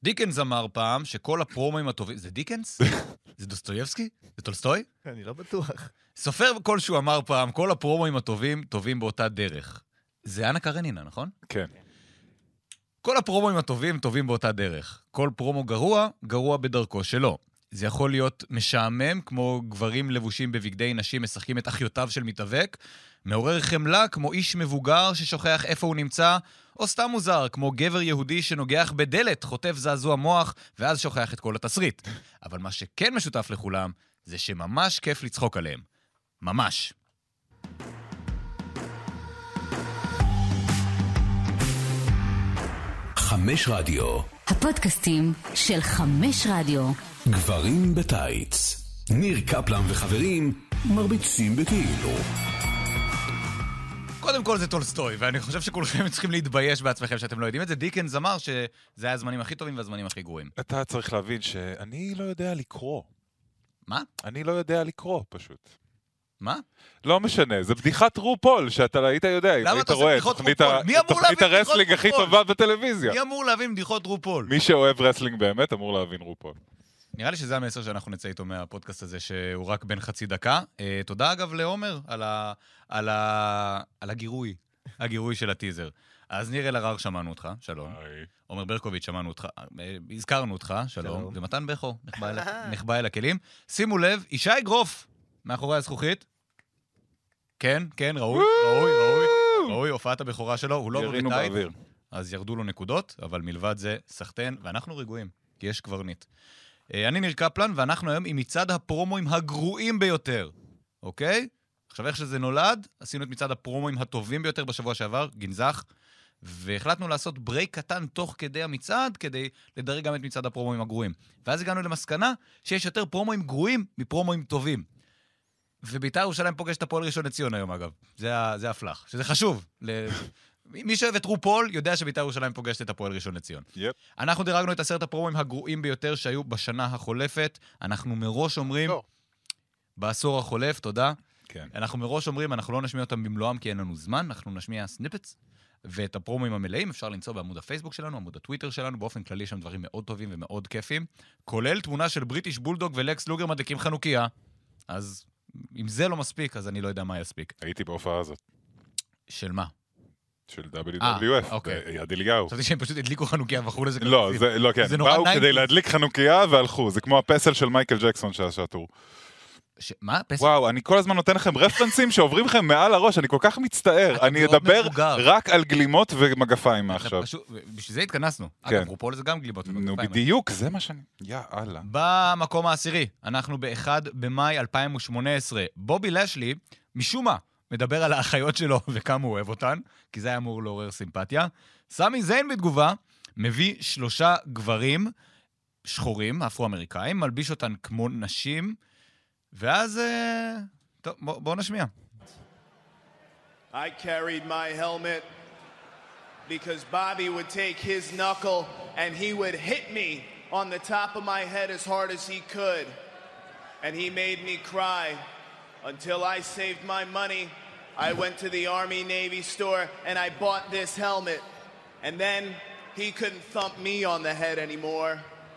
דיקנס אמר פעם שכל הפרומואים הטובים... זה דיקנס? זה דוסטויבסקי? זה טולסטוי? אני לא בטוח. סופר כלשהו אמר פעם, כל הפרומואים הטובים, טובים באותה דרך. זה אנה קרנינה, נכון? כן. כל הפרומואים הטובים, טובים באותה דרך. כל פרומו גרוע, גרוע בדרכו שלו. זה יכול להיות משעמם, כמו גברים לבושים בבגדי נשים משחקים את אחיותיו של מתאבק, מעורר חמלה, כמו איש מבוגר ששוכח איפה הוא נמצא, או סתם מוזר, כמו גבר יהודי שנוגח בדלת, חוטף זעזוע מוח, ואז שוכח את כל התסריט. אבל מה שכן משותף לכולם, זה שממש כיף לצחוק עליהם. ממש. חמש רדיו. הפודקאסטים של חמש רדיו. גברים בטייץ. ניר קפלן וחברים מרביצים בכאילו. קודם כל זה טולסטוי, ואני חושב שכולכם צריכים להתבייש בעצמכם שאתם לא יודעים את זה. דיקנס אמר שזה היה הזמנים הכי טובים והזמנים הכי גרועים. אתה צריך להבין שאני לא יודע לקרוא. מה? אני לא יודע לקרוא, פשוט. מה? לא משנה, זה בדיחת רופול, שאתה היית יודע, אם היית רואה תוכנית הרסלינג הכי טובה בטלוויזיה. מי אמור להבין בדיחות רופול? מי שאוהב רסלינג באמת אמור להבין רופול. נראה לי שזה המסר שאנחנו נצא איתו מהפודקאסט הזה, שהוא רק בין חצי דקה. תודה אגב לעומר על הגירוי של הטיזר. אז ניר אלהרר שמענו אותך, שלום. עומר ברקוביץ' שמענו אותך, הזכרנו אותך, שלום. ומתן בכו, נחבא אל הכלים. שימו לב, ישי גרוף, מאחורי הזכוכית. כן, ראוי, הופעת הבכורה שלו, הוא לא בבטייט, אז ירדו לו נקודות, אבל מלבד זה, סחטן, ואנחנו רגועים, כי יש קברנית. אני ניר קפלן, ואנחנו היום עם מצעד הפרומואים הגרועים ביותר, אוקיי? עכשיו איך שזה נולד, עשינו את מצעד הפרומואים הטובים ביותר בשבוע שעבר, גנזח, והחלטנו לעשות ברייק קטן תוך כדי המצעד, כדי לדרג גם את מצעד הפרומואים הגרועים. ואז הגענו למסקנה שיש יותר פרומואים גרועים מפרומואים טובים. ובית"ר ירושלים פוגש את הפועל ראשון לציון היום, אגב. זה הפלח, שזה חשוב. מי שאוהב את רופול יודע שבית"ר ירושלים פוגשת את הפועל ראשון לציון. אנחנו דירגנו את 10 הפרומואים הגרועים ביותר שהיו בשנה החולפת. אנחנו מראש אומרים... בעשור החולף, תודה. אנחנו מראש אומרים, אנחנו לא נשמיע אותם במלואם כי אין לנו זמן, אנחנו נשמיע סניפטס, ואת הפרומואים המלאים אפשר למצוא בעמוד הפייסבוק שלנו, עמוד הטוויטר שלנו, באופן כללי יש שם דברים מאוד טובים ומאוד כיפים, כולל תמונה של בריטיש בולדוג ולקס לוגר מדליקים חנוכיה. אז אם זה לא מספיק, אז אני לא יודע מה יספיק. הייתי בהופעה הזאת. של מה? של WWF, יד אליהו. חשבתי שהם פשוט הדליקו חנוכיה ואחרו לזה. לא, כן. באו כדי להדליק חנוכיה והלכו. זה כמו הפסל של מייקל ג'קסון שהטור. מה? וואו, אני כל הזמן נותן לכם רפרנסים שעוברים לכם מעל הראש, אני כל כך מצטער. אני אדבר רק על גלימות ומגפיים מעכשיו. בשביל זה התכנסנו. אגב, רופול זה גם גלימות ומגפיים. נו, בדיוק, זה מה שאני... יאללה. במקום העשירי, אנחנו ב-1 במאי 2018. בובי לשלי, משום מה, מדבר על האחיות שלו וכמה הוא אוהב אותן, כי זה היה אמור לעורר סימפתיה. סמי זיין בתגובה, מביא 3 גברים שחורים, אפרו-אמריקאים, מלביש אותן כמו נשים, ואז, טוב, בואו נשמיע. I carried my helmet because Bobby would take his knuckle and he would hit me on the top of my head as hard as he could. And he made me cry until I saved my money. I went to the Army Navy store and I bought this helmet. And then he couldn't thump me on the head anymore.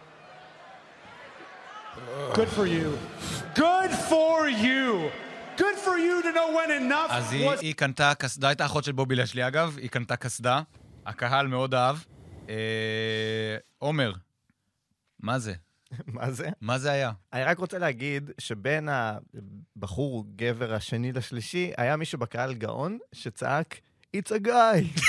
Good for you. Good for you. Good for you to know when enough אז was... היא קנתה קסדה, הייתה אחות של בובי לשלי אגב, היא קנתה קסדה, הקהל מאוד אהב. עומר, מה זה? מה זה? מה זה היה? אני רק רוצה להגיד שבין הבחור גבר השני לשלישי, היה מישהו בקהל גאון שצעק, It's a guy.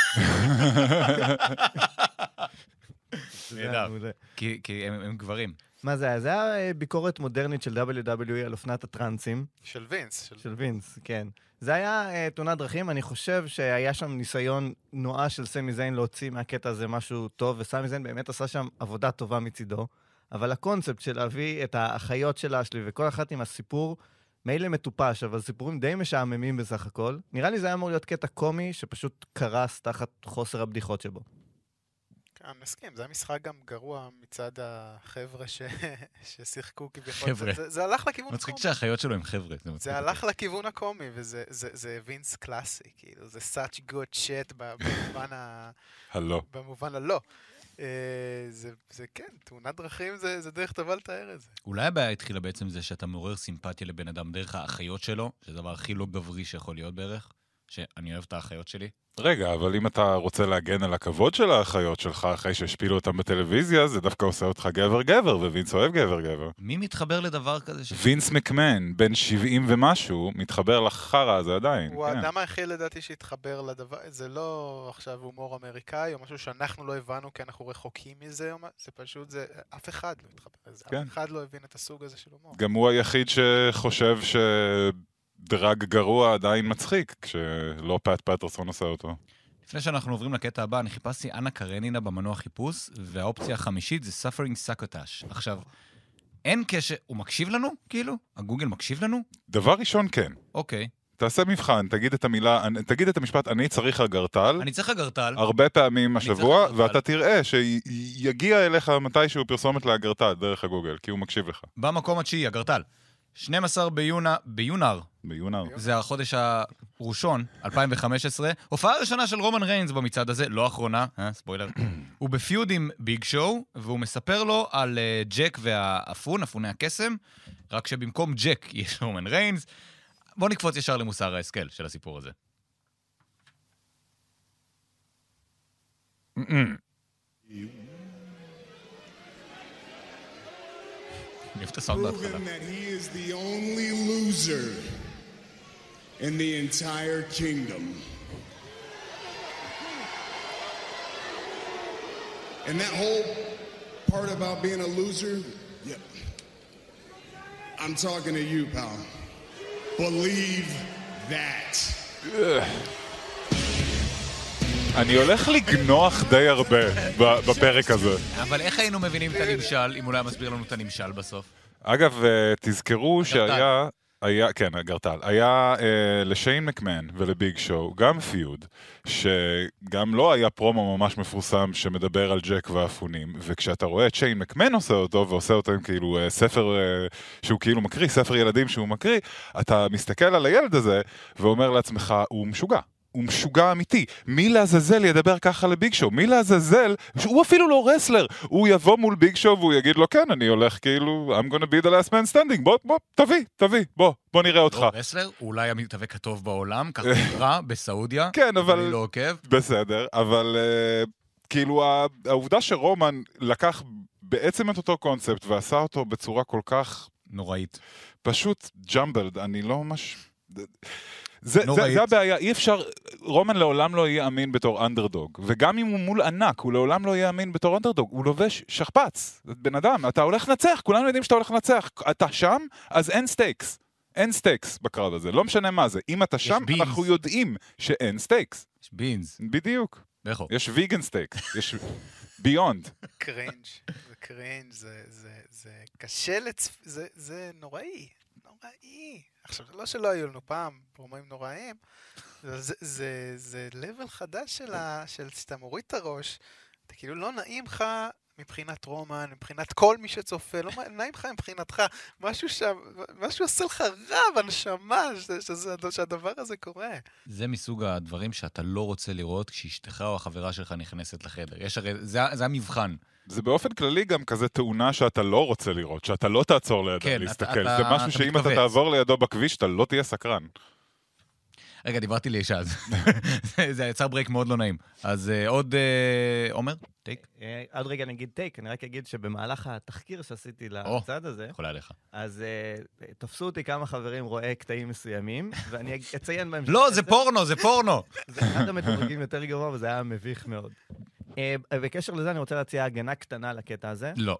כי הם גברים. מה זה היה? זה היה ביקורת מודרנית של WWE על אופנת הטרנסים. של וינס. של וינס, כן. זה היה תאונת דרכים, אני חושב שהיה שם ניסיון נואש של סמי זיין להוציא מהקטע הזה משהו טוב, וסמי זיין באמת עשה שם עבודה טובה מצידו, אבל הקונספט של להביא את האחיות של אשלי וכל אחת עם הסיפור, מילא מטופש, אבל סיפורים די משעממים בסך הכל. נראה לי זה היה אמור להיות קטע קומי שפשוט קרס תחת חוסר הבדיחות שבו. אני מסכים, זה היה משחק גם גרוע מצד החבר'ה ששיחקו כביכול. זה הלך לכיוון הקומי. מצחיק שהאחיות שלו הם חבר'ה. זה הלך לכיוון הקומי, וזה וינס קלאסי, כאילו, זה such good shit במובן הלא. זה כן, תאונת דרכים זה דרך טובה לתאר את זה. אולי הבעיה התחילה בעצם זה שאתה מעורר סימפתיה לבן אדם דרך האחיות שלו, שזה הדבר הכי לא גברי שיכול להיות בערך, שאני אוהב את האחיות שלי. רגע, אבל אם אתה רוצה להגן על הכבוד של האחיות שלך אחרי שהשפילו אותם בטלוויזיה, זה דווקא עושה אותך גבר-גבר, ווינס אוהב גבר-גבר. מי מתחבר לדבר כזה? וינס מקמן, בן 70 ומשהו, מתחבר לחרה הזה עדיין. הוא האדם היחיד לדעתי שהתחבר לדבר, זה לא עכשיו הומור אמריקאי, או משהו שאנחנו לא הבנו כי אנחנו רחוקים מזה, זה פשוט, אף אחד לא התחבר לזה, אף אחד לא הבין את הסוג הזה של הומור. גם הוא היחיד שחושב דרג גרוע עדיין מצחיק, כשלא פאט פטרסון עושה אותו. לפני שאנחנו עוברים לקטע הבא, אני חיפשתי אנה קרנינה במנוע חיפוש, והאופציה החמישית זה Suffering Succotash. עכשיו, אין קשר, הוא מקשיב לנו? כאילו? הגוגל מקשיב לנו? דבר ראשון כן. אוקיי. תעשה מבחן, תגיד את המשפט, אני צריך אגרטל. אני צריך אגרטל. הרבה פעמים השבוע, ואתה תראה שיגיע אליך מתישהו פרסומת לאגרטל דרך הגוגל, כי הוא מקשיב לך. במקום התשיעי, אגרטל. 12 ביונר. זה החודש הראשון, 2015. הופעה ראשונה של רומן ריינס במצעד הזה, לא האחרונה, ספוילר. הוא בפיוד עם ביג שואו, והוא מספר לו על ג'ק אפוני הקסם, רק שבמקום ג'ק יש רומן ריינס. בוא נקפוץ ישר למוסר ההשכל של הסיפור הזה. Proven that he is the only loser in the entire kingdom. And that whole part about being a loser, yeah, I'm talking to you, pal. Believe that. אני הולך לגנוח די הרבה בפרק הזה. אבל איך היינו מבינים את הנמשל, אם אולי מסביר לנו את הנמשל בסוף? אגב, תזכרו שהיה, כן, גרטל, היה לשיין מקמן ולביג שואו, גם פיוד, שגם לא היה פרומו ממש מפורסם שמדבר על ג'ק והאפונים, וכשאתה רואה את שיין מקמן עושה אותו, ועושה אותו עם כאילו ספר שהוא כאילו מקריא, ספר ילדים שהוא מקריא, אתה מסתכל על הילד הזה ואומר לעצמך, הוא משוגע. הוא משוגע אמיתי. מי לעזאזל ידבר ככה לביג שואו? מי לעזאזל? הוא אפילו לא רסלר. הוא יבוא מול ביג שואו והוא יגיד לו, כן, אני הולך כאילו, I'm gonna be the last man standing. בוא, תביא, בוא נראה אותך. לא רסלר, הוא אולי המתאבק הטוב בעולם, כך נקרא, בסעודיה. כן, אבל... אני לא עוקב. בסדר, אבל כאילו העובדה שרומן לקח בעצם את אותו קונספט ועשה אותו בצורה כל כך... נוראית. פשוט ג'מבלד, אני לא ממש... זה הבעיה, אי אפשר, רומן לעולם לא יהיה אמין בתור אנדרדוג, וגם אם הוא מול ענק, הוא לעולם לא יהיה אמין בתור אנדרדוג, הוא לובש שכפץ, בן אדם, אתה הולך לנצח, כולנו יודעים שאתה הולך לנצח, אתה שם, אז אין סטייקס בקרב הזה, לא משנה מה זה, אם אתה שם, אנחנו יודעים שאין סטייקס. יש בינס. בדיוק. יש ויגן סטייקס, יש ביונד. קרינג', זה קשה זה נוראי. עכשיו, לא שלא היו לנו פעם פרומואים נוראים, זה לבל חדש של שאתה מוריד את הראש, אתה כאילו לא נעים לך מבחינת רומן, מבחינת כל מי שצופה, לא נעים לך מבחינתך, משהו עושה לך רע בנשמה שהדבר הזה קורה. זה מסוג הדברים שאתה לא רוצה לראות כשאשתך או החברה שלך נכנסת לחדר. זה המבחן. זה באופן כללי גם כזה תאונה שאתה לא רוצה לראות, שאתה לא תעצור לידו להסתכל. זה משהו שאם אתה תעבור לידו בכביש, אתה לא תהיה סקרן. רגע, דיברתי לי שאז. זה יצר ברייק מאוד לא נעים. אז עוד עומר, טייק? עוד רגע נגיד טייק, אני רק אגיד שבמהלך התחקיר שעשיתי לצד הזה, יכולה עליך. אז תפסו אותי כמה חברים רואה קטעים מסוימים, ואני אציין בהם... לא, זה פורנו, זה פורנו. זה אחד המתורגים יותר גרוע, וזה היה מביך מאוד. בקשר לזה אני רוצה להציע הגנה קטנה לקטע הזה. לא.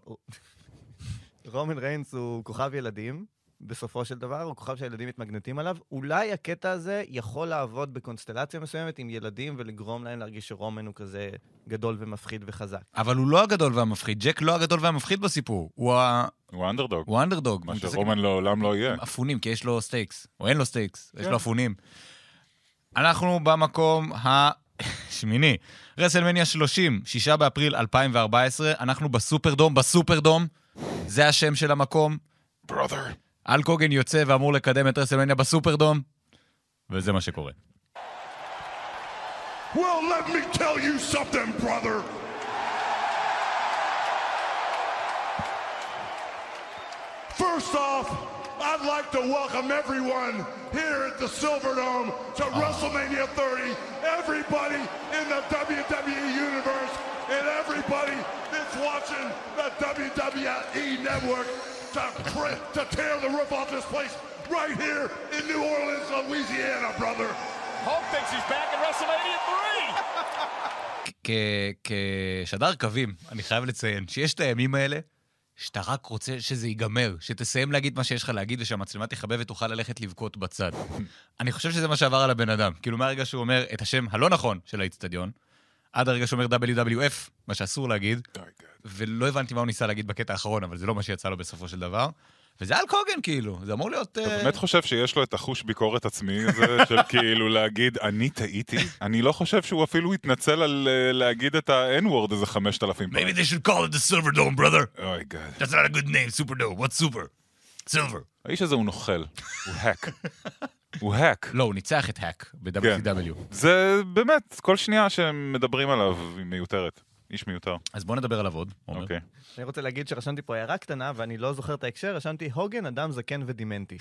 רומן ריינס הוא כוכב ילדים, בסופו של דבר, הוא כוכב שהילדים מתמגנטים עליו. אולי הקטע הזה יכול לעבוד בקונסטלציה מסוימת עם ילדים ולגרום להם להרגיש שרומן הוא כזה גדול ומפחיד וחזק. אבל הוא לא הגדול והמפחיד. ג'ק לא הגדול והמפחיד בסיפור. הוא האנדרדוג. הוא האנדרדוג. מה שרומן לעולם לא יהיה. אפונים, כי יש לו סטייקס. או אין לו סטייקס, יש לו אפונים. אנחנו במקום השמיני. רסלמניה 30, 6 באפריל 2014. אנחנו בסופרדום. זה השם של המקום. Brother. אל קוגן יוצא ואמור לקדם את רסלמניה בסופרדום, וזה מה שקורה. Well, let me tell you something, brother. First off, I'd like to welcome everyone here at the Silverdome to WrestleMania 30. Everybody in the WWE Universe and everybody that's watching the WWE Network to tear the roof off this place right here in New Orleans, Louisiana, brother. Hulk thinks he's back in WrestleMania 3. כשדר קווים, אני חייב לציין שיש את הימים האלה שאתה רק רוצה שזה ייגמר, שתסיים להגיד מה שיש לך להגיד ושהמצלמה תחבא ותוכל ללכת לבכות בצד. אני חושב שזה מה שעבר על הבן אדם. כאילו מהרגע שהוא אומר את השם הלא נכון של האצטדיון, עד הרגע שהוא אומר WWF, מה שאסור להגיד, ולא הבנתי מה הוא ניסה להגיד בקטע האחרון, אבל זה לא מה שיצא לו בסופו של דבר. וזה על קוגן, כאילו, זה אמור להיות... אתה באמת חושב שיש לו את החוש ביקורת עצמי הזה, של כאילו להגיד, אני טעיתי? אני לא חושב שהוא אפילו התנצל על להגיד את ה-N-word איזה 5,000 פעם. Maybe they should call it the Silverdome, brother. Oh my god. That's not a good name, Superdome. What's super? Silver. האיש הזה הוא נוכל, הוא hack. הוא hack. לא, הוא ניצח את hack ב-WCW. זה באמת, כל שנייה שהם מדברים עליו היא מיותרת. איש מיותר. אז בואו נדבר עליו עוד, עומר. אוקיי. אני רוצה להגיד שרשמתי פה הערה קטנה, ואני לא זוכר את ההקשר, רשמתי הוגן, אדם זקן ודימנטי.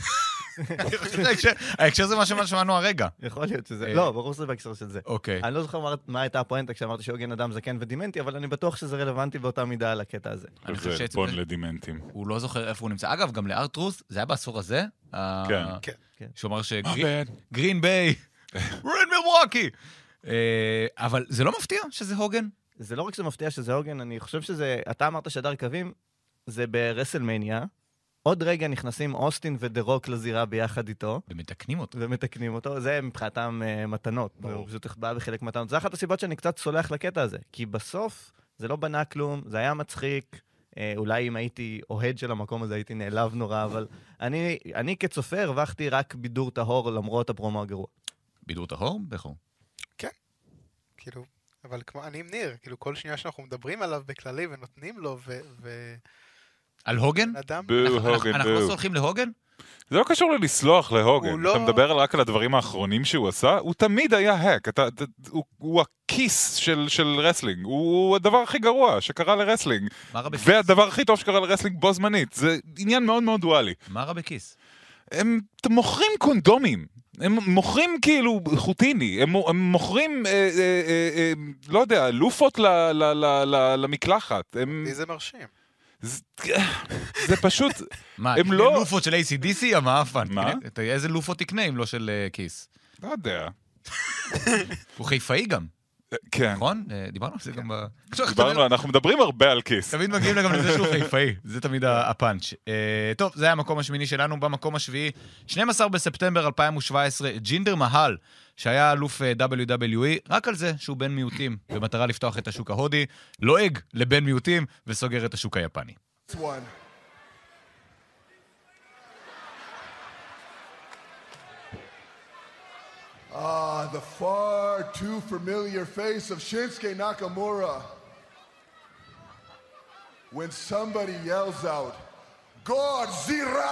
ההקשר זה מה שמענו הרגע. יכול להיות שזה... לא, ברור שזה בהקשר של זה. אוקיי. אני לא זוכר מה הייתה הפואנטה כשאמרתי שהוגן, אדם זקן ודימנטי, אבל אני בטוח שזה רלוונטי באותה מידה על הקטע הזה. זה פון לדימנטים. הוא לא זוכר איפה הוא נמצא. אגב, גם לארטרוס, זה היה בעשור הזה? כן. שהוא אמר שגרין ביי, רין מילווקי. אבל זה לא מפתיע שזה הוגן? זה לא רק שזה מפתיע שזה הוגן, אני חושב שזה, אתה אמרת שדר קווים, זה ברסלמניה, עוד רגע נכנסים אוסטין ודה-רוק לזירה ביחד איתו. ומתקנים אותו. זה מבחינתם מתנות. הוא פשוט בא בחלק מתנות. זה אחת הסיבות שאני קצת סולח לקטע הזה. כי בסוף זה לא בנה כלום, זה היה מצחיק. אולי אם הייתי אוהד של המקום הזה הייתי נעלב נורא, אבל אני כצופה הרווחתי רק בידור טהור למרות הפרומו הגרוע. בידור טהור? בכור. כן. כאילו... אבל כמו אני עם ניר, כאילו כל שנייה שאנחנו מדברים עליו בכללי ונותנים לו על הוגן? אנחנו לא סולחים להוגן? זה לא קשור לסלוח להוגן. אתה מדבר רק על הדברים האחרונים שהוא עשה, הוא תמיד היה האק. הוא הכיס של רסלינג. הוא הדבר הכי גרוע שקרה לרסלינג. והדבר הכי טוב שקרה לרסלינג בו זמנית. זה עניין מאוד מאוד דואלי. מה רע בכיס? הם מוכרים קונדומים. הם מוכרים כאילו חוטיני, הם מוכרים, לא יודע, לופות למקלחת. זה מרשים. זה פשוט... מה, לופות של ACDC? המאפן. מה? איזה לופות תקנה אם לא של כיס? לא יודע. הוא חיפאי גם. כן. נכון? דיברנו על זה גם ב... דיברנו, אנחנו מדברים הרבה על כיס. תמיד מגיעים גם לזה שהוא חיפאי. זה תמיד הפאנץ'. טוב, זה היה המקום השמיני שלנו. במקום השביעי, 12 בספטמבר 2017, ג'ינדר מהל, שהיה אלוף WWE, רק על זה שהוא בן מיעוטים, במטרה לפתוח את השוק ההודי, לועג לבן מיעוטים וסוגר את השוק היפני. The far too familiar face of Shinsuke Nakamura. When somebody yells out, Godzilla!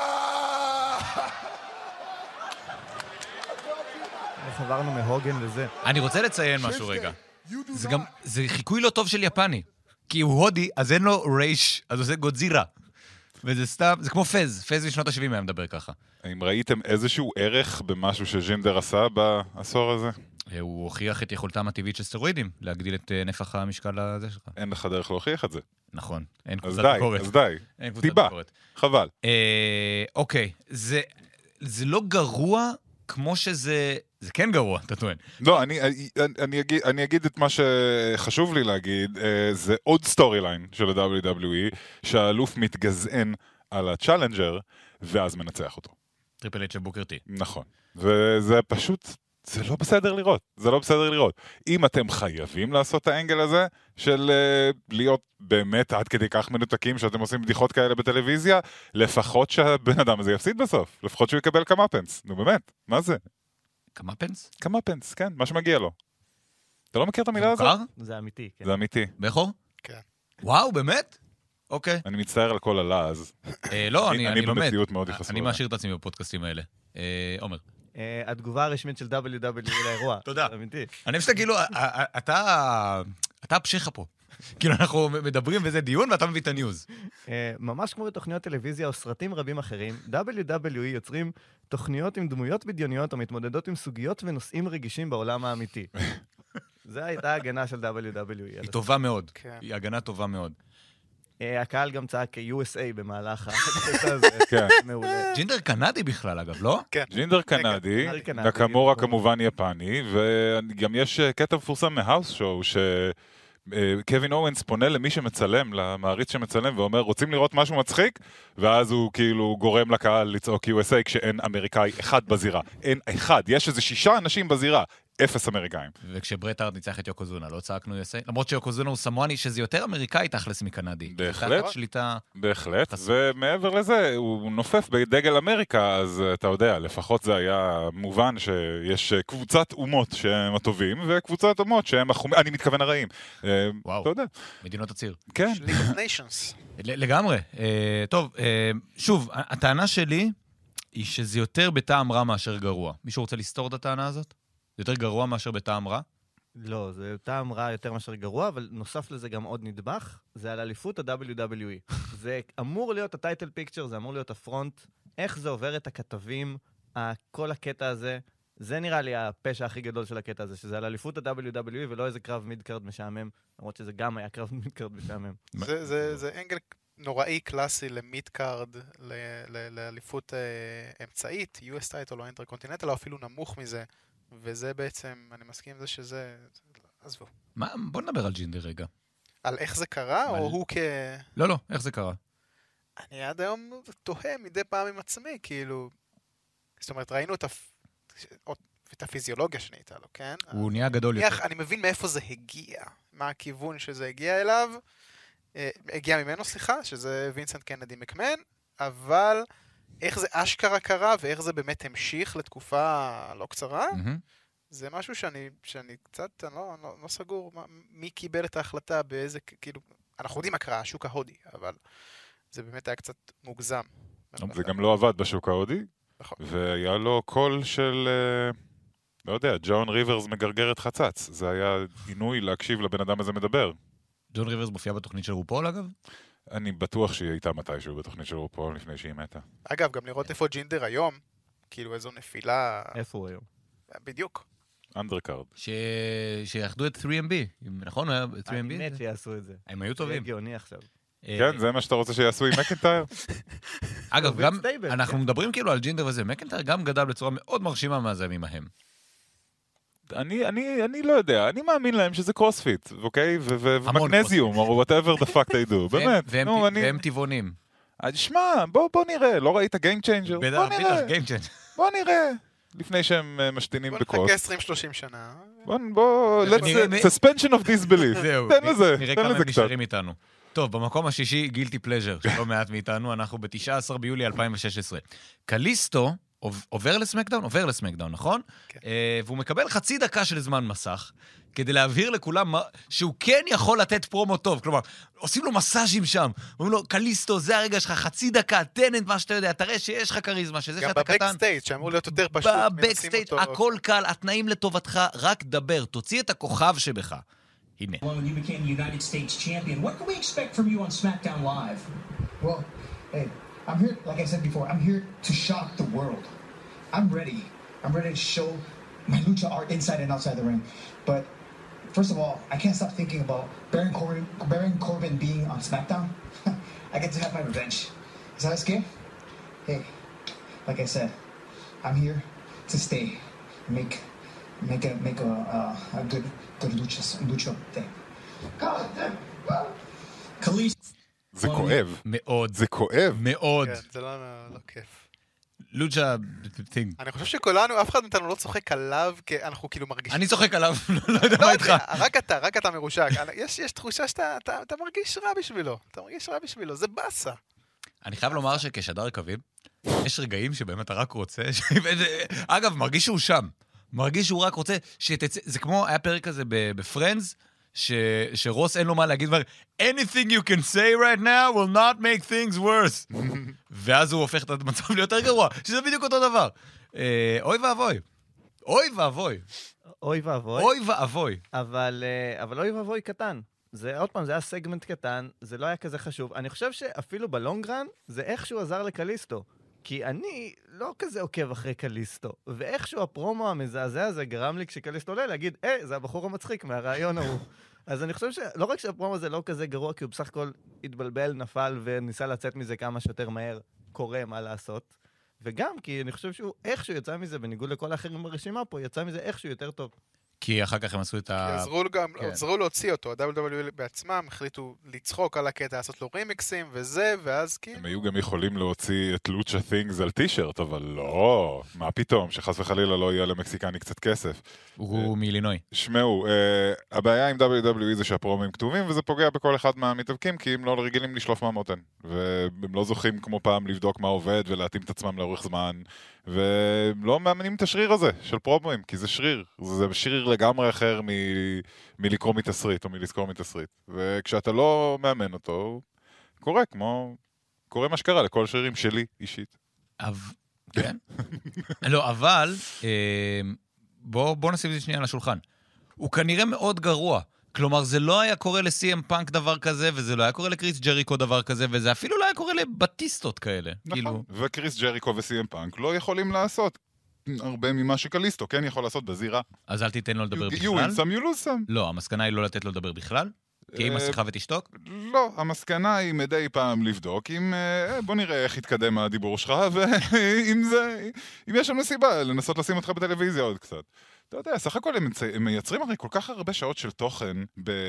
איך עברנו מהוגן לזה? אני רוצה לציין משהו רגע. זה חיקוי לא טוב של יפני. כי הוא הודי, אז אין לו רייש, אז הוא עושה גודזירה. וזה סתם, זה כמו פז. פז בשנות ה-70 היה מדבר ככה. האם ראיתם איזשהו ערך במשהו שג'ינדר עשה בעשור הזה? הוא הוכיח את יכולתם הטבעית של סטרואידים, להגדיל את נפח המשקל הזה שלך. אין לך דרך להוכיח את זה. נכון, אין קבוצת ביקורת. אז די, טיבה, חבל. אוקיי, זה לא גרוע כמו שזה... זה כן גרוע, אתה טוען. לא, אני אגיד את מה שחשוב לי להגיד, זה עוד סטורי ליין של ה-WWE, שהאלוף מתגזען על הצ'אלנג'ר, ואז מנצח אותו. טריפל אייץ' בוקר טי. נכון. וזה פשוט, זה לא בסדר לראות. זה לא בסדר לראות. אם אתם חייבים לעשות את האנגל הזה, של להיות באמת עד כדי כך מנותקים, שאתם עושים בדיחות כאלה בטלוויזיה, לפחות שהבן אדם הזה יפסיד בסוף. לפחות שהוא יקבל כמה פנס. נו באמת, מה זה? כמה פנס? כמה פנס, כן, מה שמגיע לו. אתה לא מכיר את המילה הזאת? זה אמיתי, כן. זה אמיתי. בכור? כן. וואו, באמת? אוקיי. אני מצטער על כל הלעז. לא, אני באמת. במציאות מאוד יחסו. אני משאיר את עצמי בפודקאסטים האלה. עומר. התגובה הרשמית של WWE לאירוע. תודה. אני חושב כאילו, אתה הפשיחה פה. כאילו אנחנו מדברים וזה דיון ואתה מביא את הניוז. ממש כמו בתוכניות טלוויזיה או סרטים רבים אחרים, WWE יוצרים תוכניות עם דמויות בדיוניות או מתמודדות עם סוגיות ונושאים רגישים בעולם האמיתי. זו הייתה הגנה של WWE. היא טובה מאוד. היא הגנה טובה מאוד. הקהל גם צעק USA במהלך הקטע הזה. מעולה. ג'ינדר קנדי בכלל, אגב, לא? כן. ג'ינדר קנדי, נקמורה כמובן יפני, וגם יש קטע מפורסם מהאוס שואו, קווין אורנס פונה למי שמצלם, למעריץ שמצלם, ואומר, רוצים לראות משהו מצחיק? ואז הוא כאילו גורם לקהל לצעוק USA, כשאין אמריקאי אחד בזירה. אין אחד, יש איזה 6 אנשים בזירה. 0 אמריקאים. וכשברט הארד ניצח את יוקוזונה, לא צעקנו USA? למרות שיוקוזונה הוא סמואני, שזה יותר אמריקאי תכלס מקנדי. בהחלט. שליטה... בהחלט, ומעבר לזה, הוא נופף בדגל אמריקה, אז אתה יודע, לפחות זה היה מובן שיש קבוצת אומות שהם הטובים, וקבוצת אומות שהם החומים, אני מתכוון הרעים. וואו, אתה יודע. מדינות הציר. כן. League of Nations. לגמרי. טוב, שוב, הטענה שלי היא שזה יותר בטעם רע מאשר גרוע. מישהו רוצה לסתור את הטענה הזאת? זה יותר גרוע מאשר בטעם רע? לא, זה טעם רע יותר מאשר גרוע, אבל נוסף לזה גם עוד נדבך, זה על אליפות ה-WWE. זה אמור להיות הטייטל פיקצ'ר, זה אמור להיות הפרונט, איך זה עובר את הכתבים, כל הקטע הזה, זה נראה לי הפשע הכי גדול של הקטע הזה, שזה על אליפות ה-WWE ולא איזה קרב מידקארד משעמם, למרות שזה גם היה קרב מידקארד משעמם. זה אנגל נוראי קלאסי למידקארד, לאליפות אמצעית, US טייטל או אינטרקונטיננטל, או אפילו נמוך מזה. וזה בעצם, אני מסכים עם זה שזה... עזבו. בוא נדבר על ג'ינדר רגע. על איך זה קרה, או הוא לא, איך זה קרה? אני עד היום תוהה מדי פעם עם עצמי, כאילו... זאת אומרת, ראינו את הפיזיולוגיה שנהייתה לו, כן? הוא נהיה גדול יותר. אני מבין מאיפה זה הגיע, מה הכיוון שזה הגיע אליו, הגיע ממנו, סליחה, שזה וינסנט קנדי מקמן, אבל... איך זה אשכרה קרה, ואיך זה באמת המשיך לתקופה לא קצרה, זה משהו שאני קצת, אני לא סגור, מי קיבל את ההחלטה באיזה, כאילו, אנחנו יודעים מה קרה, השוק ההודי, אבל זה באמת היה קצת מוגזם. זה גם לא עבד בשוק ההודי, והיה לו קול של, לא יודע, ג'ון ריברס מגרגרת חצץ, זה היה עינוי להקשיב לבן אדם הזה מדבר. ג'ון ריברס מופיע בתוכנית של רופול, אגב? אני בטוח שהיא הייתה מתישהו בתוכנית של רופול לפני שהיא מתה. אגב, גם לראות איפה ג'ינדר היום, כאילו איזו נפילה... איפה הוא היום? בדיוק. אנדרקארד. שיאחדו את 3MB, נכון? 3MB? אני מת שיעשו את זה. הם היו טובים. זה גאוני עכשיו. כן, זה מה שאתה רוצה שיעשו עם מקנטייר? אגב, גם אנחנו מדברים כאילו על ג'ינדר וזה, מקנטייר גם גדל בצורה מאוד מרשימה מהזמים ההם. אני לא יודע, אני מאמין להם שזה קרוספיט, אוקיי? ומגנזיום, או whatever the fuck they do, באמת. והם טבעונים. שמע, בוא נראה, לא ראית Game Changer? בוא נראה. בוא נראה. לפני שהם משתינים בקוס. בוא נחכה 20-30 שנה. בוא, suspension of disbelief. זהו, תן לזה, נראה תן כמה לזה הם קצת. נשארים איתנו. טוב, במקום השישי, גילטי פלז'ר, שלא מעט מאיתנו, אנחנו ב-19 ביולי 2016. קליסטו עובר לסמקדאון, נכון? כן. והוא מקבל חצי דקה של זמן מסך, כדי להבהיר לכולם שהוא כן יכול לתת פרומו טוב. כלומר, עושים לו מסאז'ים שם. אומרים לו, קליסטו, זה הרגע שלך, חצי דקה, תן את מה שאתה יודע, תראה שיש לך קריזמה, שזה שאתה קטן. גם בבקסטייג' שאמור להיות יותר פשוט. בבקסטייג' הכל קל, התנאים לטובתך, רק דבר, תוציא את הכוכב שבך. הנה. Well, when you became the United States champion, what can we expect from you on SmackDown Live? Well, hey, I'm here, like I said before, I'm here to shock the world. I'm ready. I'm ready to show my lucha art inside and outside the ring. But first of all, I can't stop thinking about Baron Corbin being on SmackDown. I get to have my revenge. Is that a scare? Hey, like I said, I'm here to stay, make a good lucha thing. God damn. זה כואב. מאוד. זה כואב. מאוד. כן, זה לא כיף. לוג'ה, thing. אני חושב שכולנו, אף אחד מאיתנו לא צוחק עליו, כי אנחנו כאילו מרגישים... אני צוחק עליו, לא יודע מה איתך. רק אתה מרושק. יש תחושה שאתה מרגיש רע בשבילו. זה בסה. אני חייב לומר שכשדר קווים, יש רגעים שבאמת אתה רק רוצה... אגב, מרגיש שהוא שם. מרגיש שהוא רק רוצה שתצא... זה כמו, היה פרק כזה בפרנדס, שרוס אין לו מה להגיד, anything you can say right now will not make things worse. ואז הוא הופך את המצב ליותר גרוע, שזה בדיוק אותו דבר. אוי ואבוי. אבל אוי ואבוי קטן. זה עוד פעם, זה היה סגמנט קטן, זה לא היה כזה חשוב. אני חושב שאפילו בלונגרן, זה איכשהו עזר לקליסטו. כי אני לא כזה עוקב אחרי קליסטו, ואיכשהו הפרומו המזעזע הזה גרם לי כשקליסטו עולה להגיד, זה הבחור המצחיק מהרעיון ההוא. אז אני חושב שלא רק שהפרומו הזה לא כזה גרוע, כי הוא בסך הכל התבלבל, נפל וניסה לצאת מזה כמה שיותר מהר, קורה מה לעשות. וגם כי אני חושב שהוא איכשהו יצא מזה, בניגוד לכל האחרים ברשימה פה, יצא מזה איכשהו יותר טוב. כי אחר כך הם עשו את ה... עזרו להוציא אותו, ה-WWE בעצמם החליטו לצחוק על הקטע, לעשות לו רימיקסים וזה, ואז כאילו... הם היו גם יכולים להוציא את לוצ'ה things על טישרט, אבל לא, מה פתאום, שחס וחלילה לא יהיה למקסיקני קצת כסף. הוא מאילינוי. שמעו, הבעיה עם WWE זה שהפרומים כתובים, וזה פוגע בכל אחד מהמתאבקים, כי הם לא רגילים לשלוף מהמותן, והם לא זוכים כמו פעם לבדוק מה עובד ולהתאים את עצמם לאורך זמן, ולא מאמנים את השריר הזה של פרומים, כי זה שריר. זה שריר לגמרי אחר מלקרוא מתסריט או מלזכור מתסריט. וכשאתה לא מאמן אותו, קורה מה שקרה לכל שרירים שלי אישית. כן. לא, אבל בוא נשים את זה שנייה על השולחן. הוא כנראה מאוד גרוע. כלומר, זה לא היה קורה ל-CM פאנק דבר כזה, וזה לא היה קורה לקריס ג'ריקו דבר כזה, וזה אפילו לא היה קורה לבטיסטות כאלה. נכון, וקריס ג'ריקו ו-CM פאנק לא יכולים לעשות הרבה ממה שקליסטו, כן יכול לעשות בזירה. אז אל תיתן לו לדבר בכלל? You win some, you lose some. לא, המסקנה היא לא לתת לו לדבר בכלל? תהיה עם השיחה ותשתוק? לא, המסקנה היא מדי פעם לבדוק, בוא נראה איך יתקדם הדיבור שלך, ואם יש שם סיבה לנסות לשים אותך בטלוויזיה עוד קצת. אתה יודע, סך הכל הם מייצרים הרי כל כך הרבה שעות של תוכן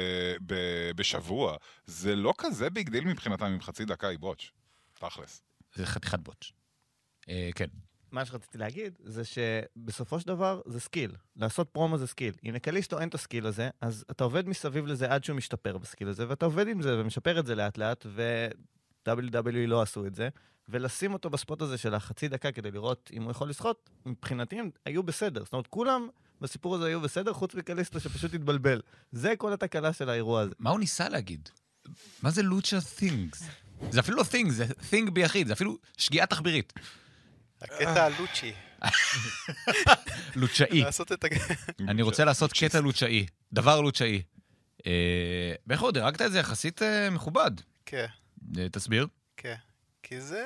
בשבוע, זה לא כזה ביג דיל מבחינתם עם חצי דקה היא בוטש. תכלס. זה חתיכת בוטש. כן. מה שרציתי להגיד זה שבסופו של דבר זה סקיל. לעשות פרומו זה סקיל. אם לקליסטו אין את הסקיל הזה, אז אתה עובד מסביב לזה עד שהוא משתפר בסקיל הזה, ואתה עובד עם זה ומשפר את זה לאט לאט, ו-WWE לא עשו את זה, ולשים אותו בספוט הזה של החצי דקה כדי לראות אם הוא יכול לשחות, מבחינתי הם היו בסדר. זאת אומרת, כולם בסיפור הזה היו בסדר, חוץ מקליסטו שפשוט התבלבל. זה כל התקלה של האירוע הזה. מה הוא ניסה להגיד? מה זה לוצ'ה things? זה אפילו לא things, זה thing ביחיד, זה אפילו שגיאה תחבירית. הקטע הלוצ'י. לוצ'אי. אני רוצה לעשות קטע לוצ'אי. דבר לוצ'אי. באיך עוד, הרגת את זה יחסית מכובד. כן. תסביר. כן. כי זה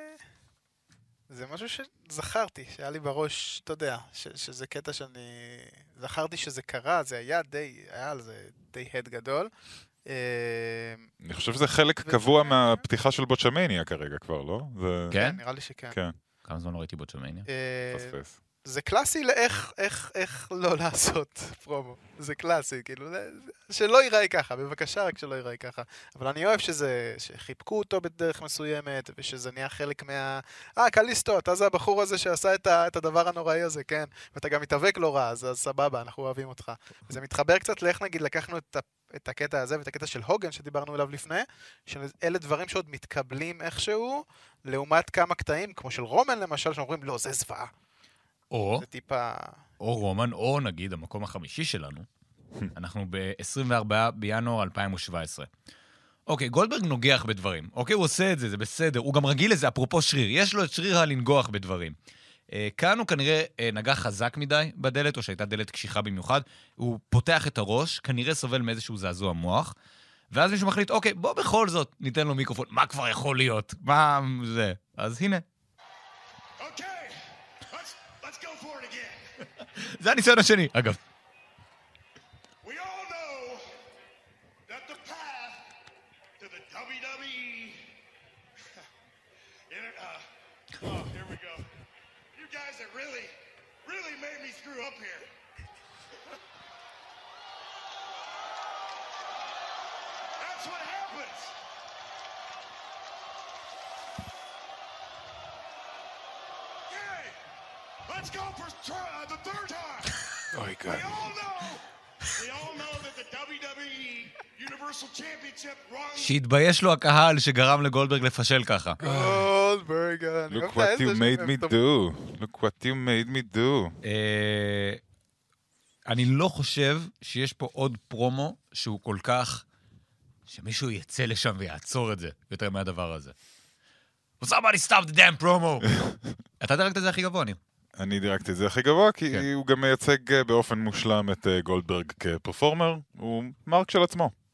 משהו שזכרתי, שהיה לי בראש, אתה יודע, שזה קטע שאני... זכרתי שזה קרה, זה היה על זה די הד גדול. אני חושב שזה חלק קבוע מהפתיחה של בוטשמניה כרגע כבר, לא? כן? נראה לי שכן. כן. כמה זמן לא ראיתי בוטשמניה? פספס. זה קלאסי איך לא לעשות פרומו. זה קלאסי, כאילו, שלא ייראה ככה, בבקשה רק שלא ייראה ככה. אבל אני אוהב שחיבקו אותו בדרך מסוימת, ושזה נהיה חלק קליסטו, אתה זה הבחור הזה שעשה את הדבר הנוראי הזה, כן? ואתה גם מתאבק לא רע, אז סבבה, אנחנו אוהבים אותך. וזה מתחבר קצת לאיך נגיד, לקחנו את הקטע הזה ואת הקטע של הוגן שדיברנו אליו לפני, שאלה דברים שעוד מתקבלים איכשהו, לעומת כמה קטעים, כמו של רומן למשל, שאומרים, לא, זה זוועה. או רומן, או נגיד המקום החמישי שלנו, אנחנו ב-24 בינואר 2017. אוקיי, גולדברג נוגח בדברים. אוקיי, הוא עושה את זה, זה בסדר. הוא גם רגיל לזה, אפרופו שריר. יש לו את שריר הלנגוח בדברים. כאן הוא כנראה נגח חזק מדי בדלת, או שהייתה דלת קשיחה במיוחד. הוא פותח את הראש, כנראה סובל מאיזשהו זעזוע מוח, ואז מישהו מחליט, אוקיי, בוא בכל זאת ניתן לו מיקרופון. מה כבר יכול להיות? מה זה? אז הנה. זה הניסיון השני, אגב. We all know that the path to the WWE... oh, here we go. You guys have really made me screw up here. That's what happens. Okay, let's go for the third time. Oh, God. We all know that the WWE Universal Championship wrong... שהתבייש לו הקהל שגרם לגולדברג לפשל ככה. גולדברג. Look what you made me do. Look what you made me do. אני לא חושב שיש פה עוד פרומו שהוא כל כך... שמישהו יצא לשם ויעצור את זה יותר מהדבר הזה. Somebody stop the damn promo! אתה דרקת את זה הכי גבוה, ניר. אני דירקתי את זה הכי גבוה, כי כן. הוא גם מייצג באופן מושלם את גולדברג כפרפורמר, הוא מרק של עצמו.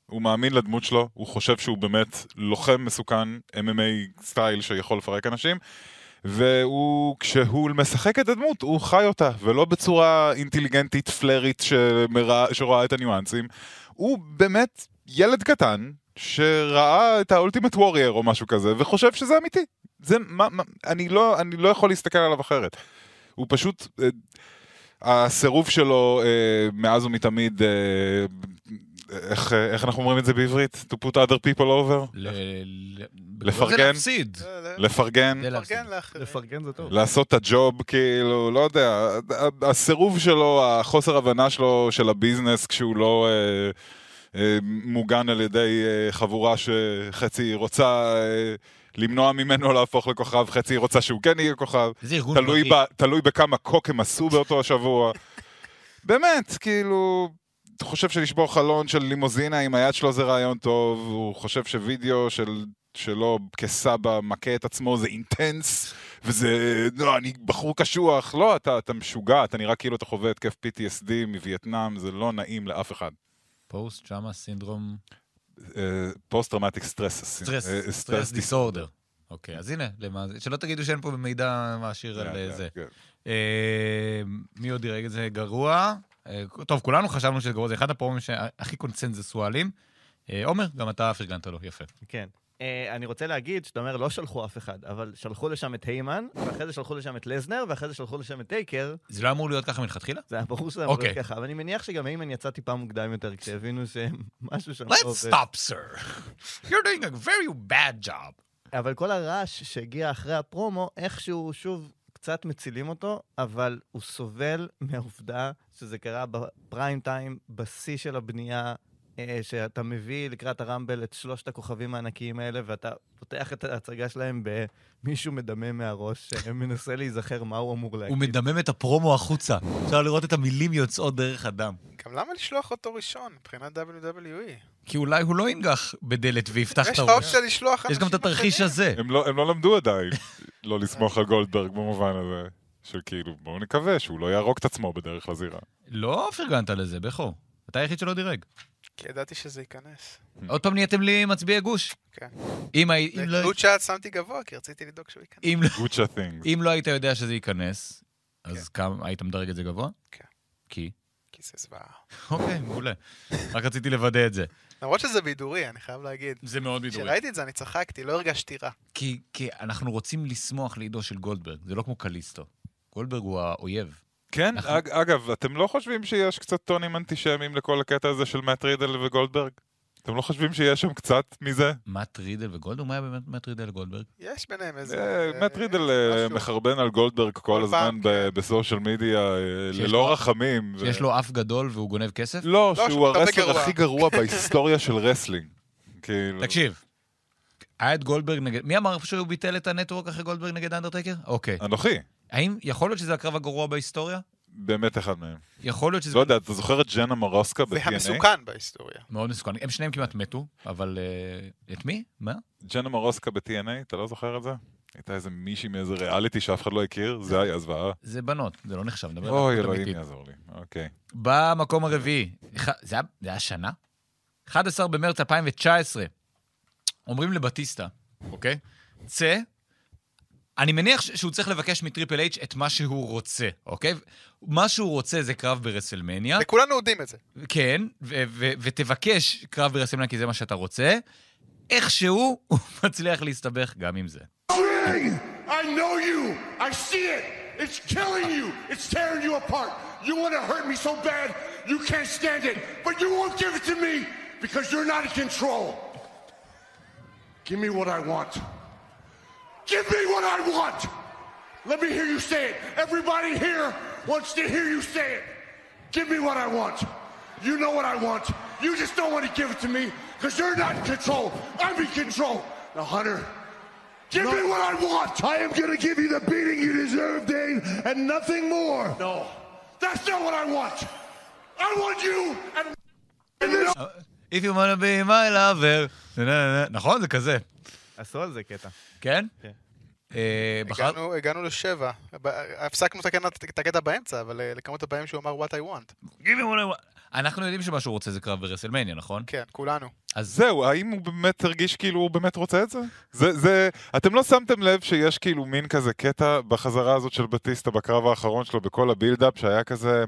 הוא מאמין לדמות שלו, הוא חושב שהוא באמת לוחם מסוכן, MMA סטייל שיכול לפרק אנשים, כשהוא משחק את הדמות, הוא חי אותה, ולא בצורה אינטליגנטית, פלרית, שרואה את הניואנסים. הוא באמת ילד קטן, שראה את האולטימט וורייר או משהו כזה, וחושב שזה אמיתי. אני לא יכול להסתכל עליו אחרת. הוא פשוט, הסירוב שלו מאז ומתמיד, איך אנחנו אומרים את זה בעברית? To put other people over? לפרגן? לפרגן? לפרגן זה טוב. לעשות את הג'וב, כאילו, לא יודע, הסירוב שלו, החוסר הבנה שלו של הביזנס, כשהוא לא מוגן על ידי חבורה שחצי רוצה למנוע ממנו להפוך לכוכב, חצי רוצה שהוא כן יהיה כוכב. תלוי בכמה קוק הם עשו באותו השבוע. באמת, כאילו, אתה חושב שלשבור חלון של לימוזינה עם היד שלו זה רעיון טוב, הוא חושב שווידאו שלו כסבא מכה את עצמו זה אינטנס, וזה, לא, אני בחור קשוח. לא, אתה משוגע, אתה נראה כאילו אתה חווה התקף PTSD מווייטנאם, זה לא נעים לאף אחד. פוסט-טראומה סינדרום? פוסט-טראומטיק סטרס. סטרס דיסורדר. אוקיי, אז הנה, שלא תגידו שאין פה מידע מעשיר על זה. מי עוד יראה את זה גרוע? טוב, כולנו חשבנו שזה גרוע, זה אחד הפרומים שהכי קונצנזסואליים. עומר, גם אתה פרגנת לו, יפה. כן. אני רוצה להגיד שאתה אומר, לא שלחו אף אחד, אבל שלחו לשם את היימן, ואחרי זה שלחו לשם את לזנר, ואחרי זה שלחו לשם את טייקר. זה לא אמור להיות ככה מלכתחילה? זה היה ברור שזה אמור להיות ככה, אבל אני מניח שגם היימן יצא טיפה מוקדם יותר, כשהבינו שמשהו שם... Let's stop, sir. You're doing a very bad job. אבל כל הרעש שהגיע אחרי הפרומו, איכשהו שוב קצת מצילים אותו, אבל הוא סובל מהעובדה שזה קרה בפריים טיים, בשיא של הבנייה, שאתה מביא לקראת הרמבל את 3 הכוכבים הענקיים האלה, ואתה פותח את ההצגה שלהם במישהו מדמם מהראש, שמנסה להיזכר מה הוא אמור להגיד. הוא מדמם את הפרומו החוצה. אפשר לראות את המילים יוצאות דרך הדם. גם למה לשלוח אותו ראשון, מבחינת WWE? כי אולי הוא לא ינגח בדלת ויפתח את הראש. יש לך אופציה לשלוח יש גם את התרחיש הזה. הם לא למדו עדיין לא לסמוך על גולדברג במובן הזה. של כאילו, בואו נקווה שהוא לא יערוק את עצמו בדרך לזירה. לא פרגנת לזה, בכו. אתה היחיד שלא דירג. כי ידעתי שזה ייכנס. עוד פעם נהייתם לי מצביעי גוש. כן. גוצ'ה שמתי גבוה, כי רציתי לדאוג שהוא ייכנס. גוצ'ה things. אם לא היית יודע שזה ייכנס, אז היית מדרג את זה גבוה? כן. כי? כי זה זוועה. אוקיי, מעולה. רק רציתי לוודא את זה. למרות שזה בידורי, אני חייב להגיד. זה מאוד בידורי. כשראיתי את זה, אני צחקתי, לא הרגשתי רע. כי אנחנו רוצים לשמוח לידו של גולדברג. זה לא כמו קליסטו. גולדברג הוא האויב. כן, אגב, אתם לא חושבים שיש קצת טונים אנטישמיים לכל הקטע הזה של מאט רידל וגולדברג? אתם לא חושבים שיש שם קצת מזה? מאט רידל וגולדברג? מה היה באמת מאט רידל וגולדברג? יש ביניהם איזה... מאט רידל מחרבן על גולדברג כל הזמן בסושיאל מדיה, ללא רחמים. שיש לו אף גדול והוא גונב כסף? לא, שהוא הרסלר הכי גרוע בהיסטוריה של רסלינג. תקשיב, היה את גולדברג נגד... מי אמר שהוא ביטל את הנטוורק אחרי גולדברג נגד אנדרטייקר? אוקיי. אנוכי. האם יכול להיות שזה הקרב הגרוע בהיסטוריה? באמת אחד מהם. יכול להיות שזה... לא יודע, אתה זוכר את ג'נה מורוסקה ב-TNA? והמסוכן בהיסטוריה. מאוד מסוכן. הם שניהם כמעט מתו, אבל... את מי? מה? ג'נה מורוסקה ב-TNA, אתה לא זוכר את זה? הייתה איזה מישהי מאיזה ריאליטי שאף אחד לא הכיר, זה היה זוועה. זה בנות, זה לא נחשב. אוי, אלוהים יעזור לי. אוקיי. במקום הרביעי, זה היה שנה? 11 במרץ 2019. אומרים לבטיסטה, אוקיי? צא, אני מניח שהוא צריך לבקש מטריפל אייץ' את מה שהוא רוצה, אוקיי? מה שהוא רוצה זה קרב ברסלמניה. וכולנו יודעים את זה. כן, ותבקש קרב ברסלמניה כי זה מה שאתה רוצה. איכשהו הוא מצליח להסתבך גם עם זה. I know you. I see it. It's killing you. It's tearing you apart. You want to hurt me so bad, you can't stand it. But you won't give it to me because you're not in control. Give me what I want. Give me what I want! Let me hear you say it. Everybody here wants to hear you say it. Give me what I want. You know what I want. You just don't want to give it to me because you're not in control. I'm in control. Now, Hunter, give me what I want. I am going to give you the beating you deserve, Dane, and nothing more. No, that's not what I want. I want you and... If you want to be my lover. נכון, זה כזה. עשו על זה קטע. כן? כן. הגענו ל7. הפסקנו את הקטע באמצע, אבל לכמות הבאים שהוא אמר what I want. Give me what I want. אנחנו יודעים שמה שהוא רוצה זה קרב ברסלמניה, נכון? כן, כולנו. אז זהו, האם הוא באמת הרגיש כאילו הוא באמת רוצה את זה? אתם לא שמתם לב שיש כאילו מין כזה קטע בחזרה הזאת של בטיסטה בקרב האחרון שלו בכל הבילדאפ שהיה כזה...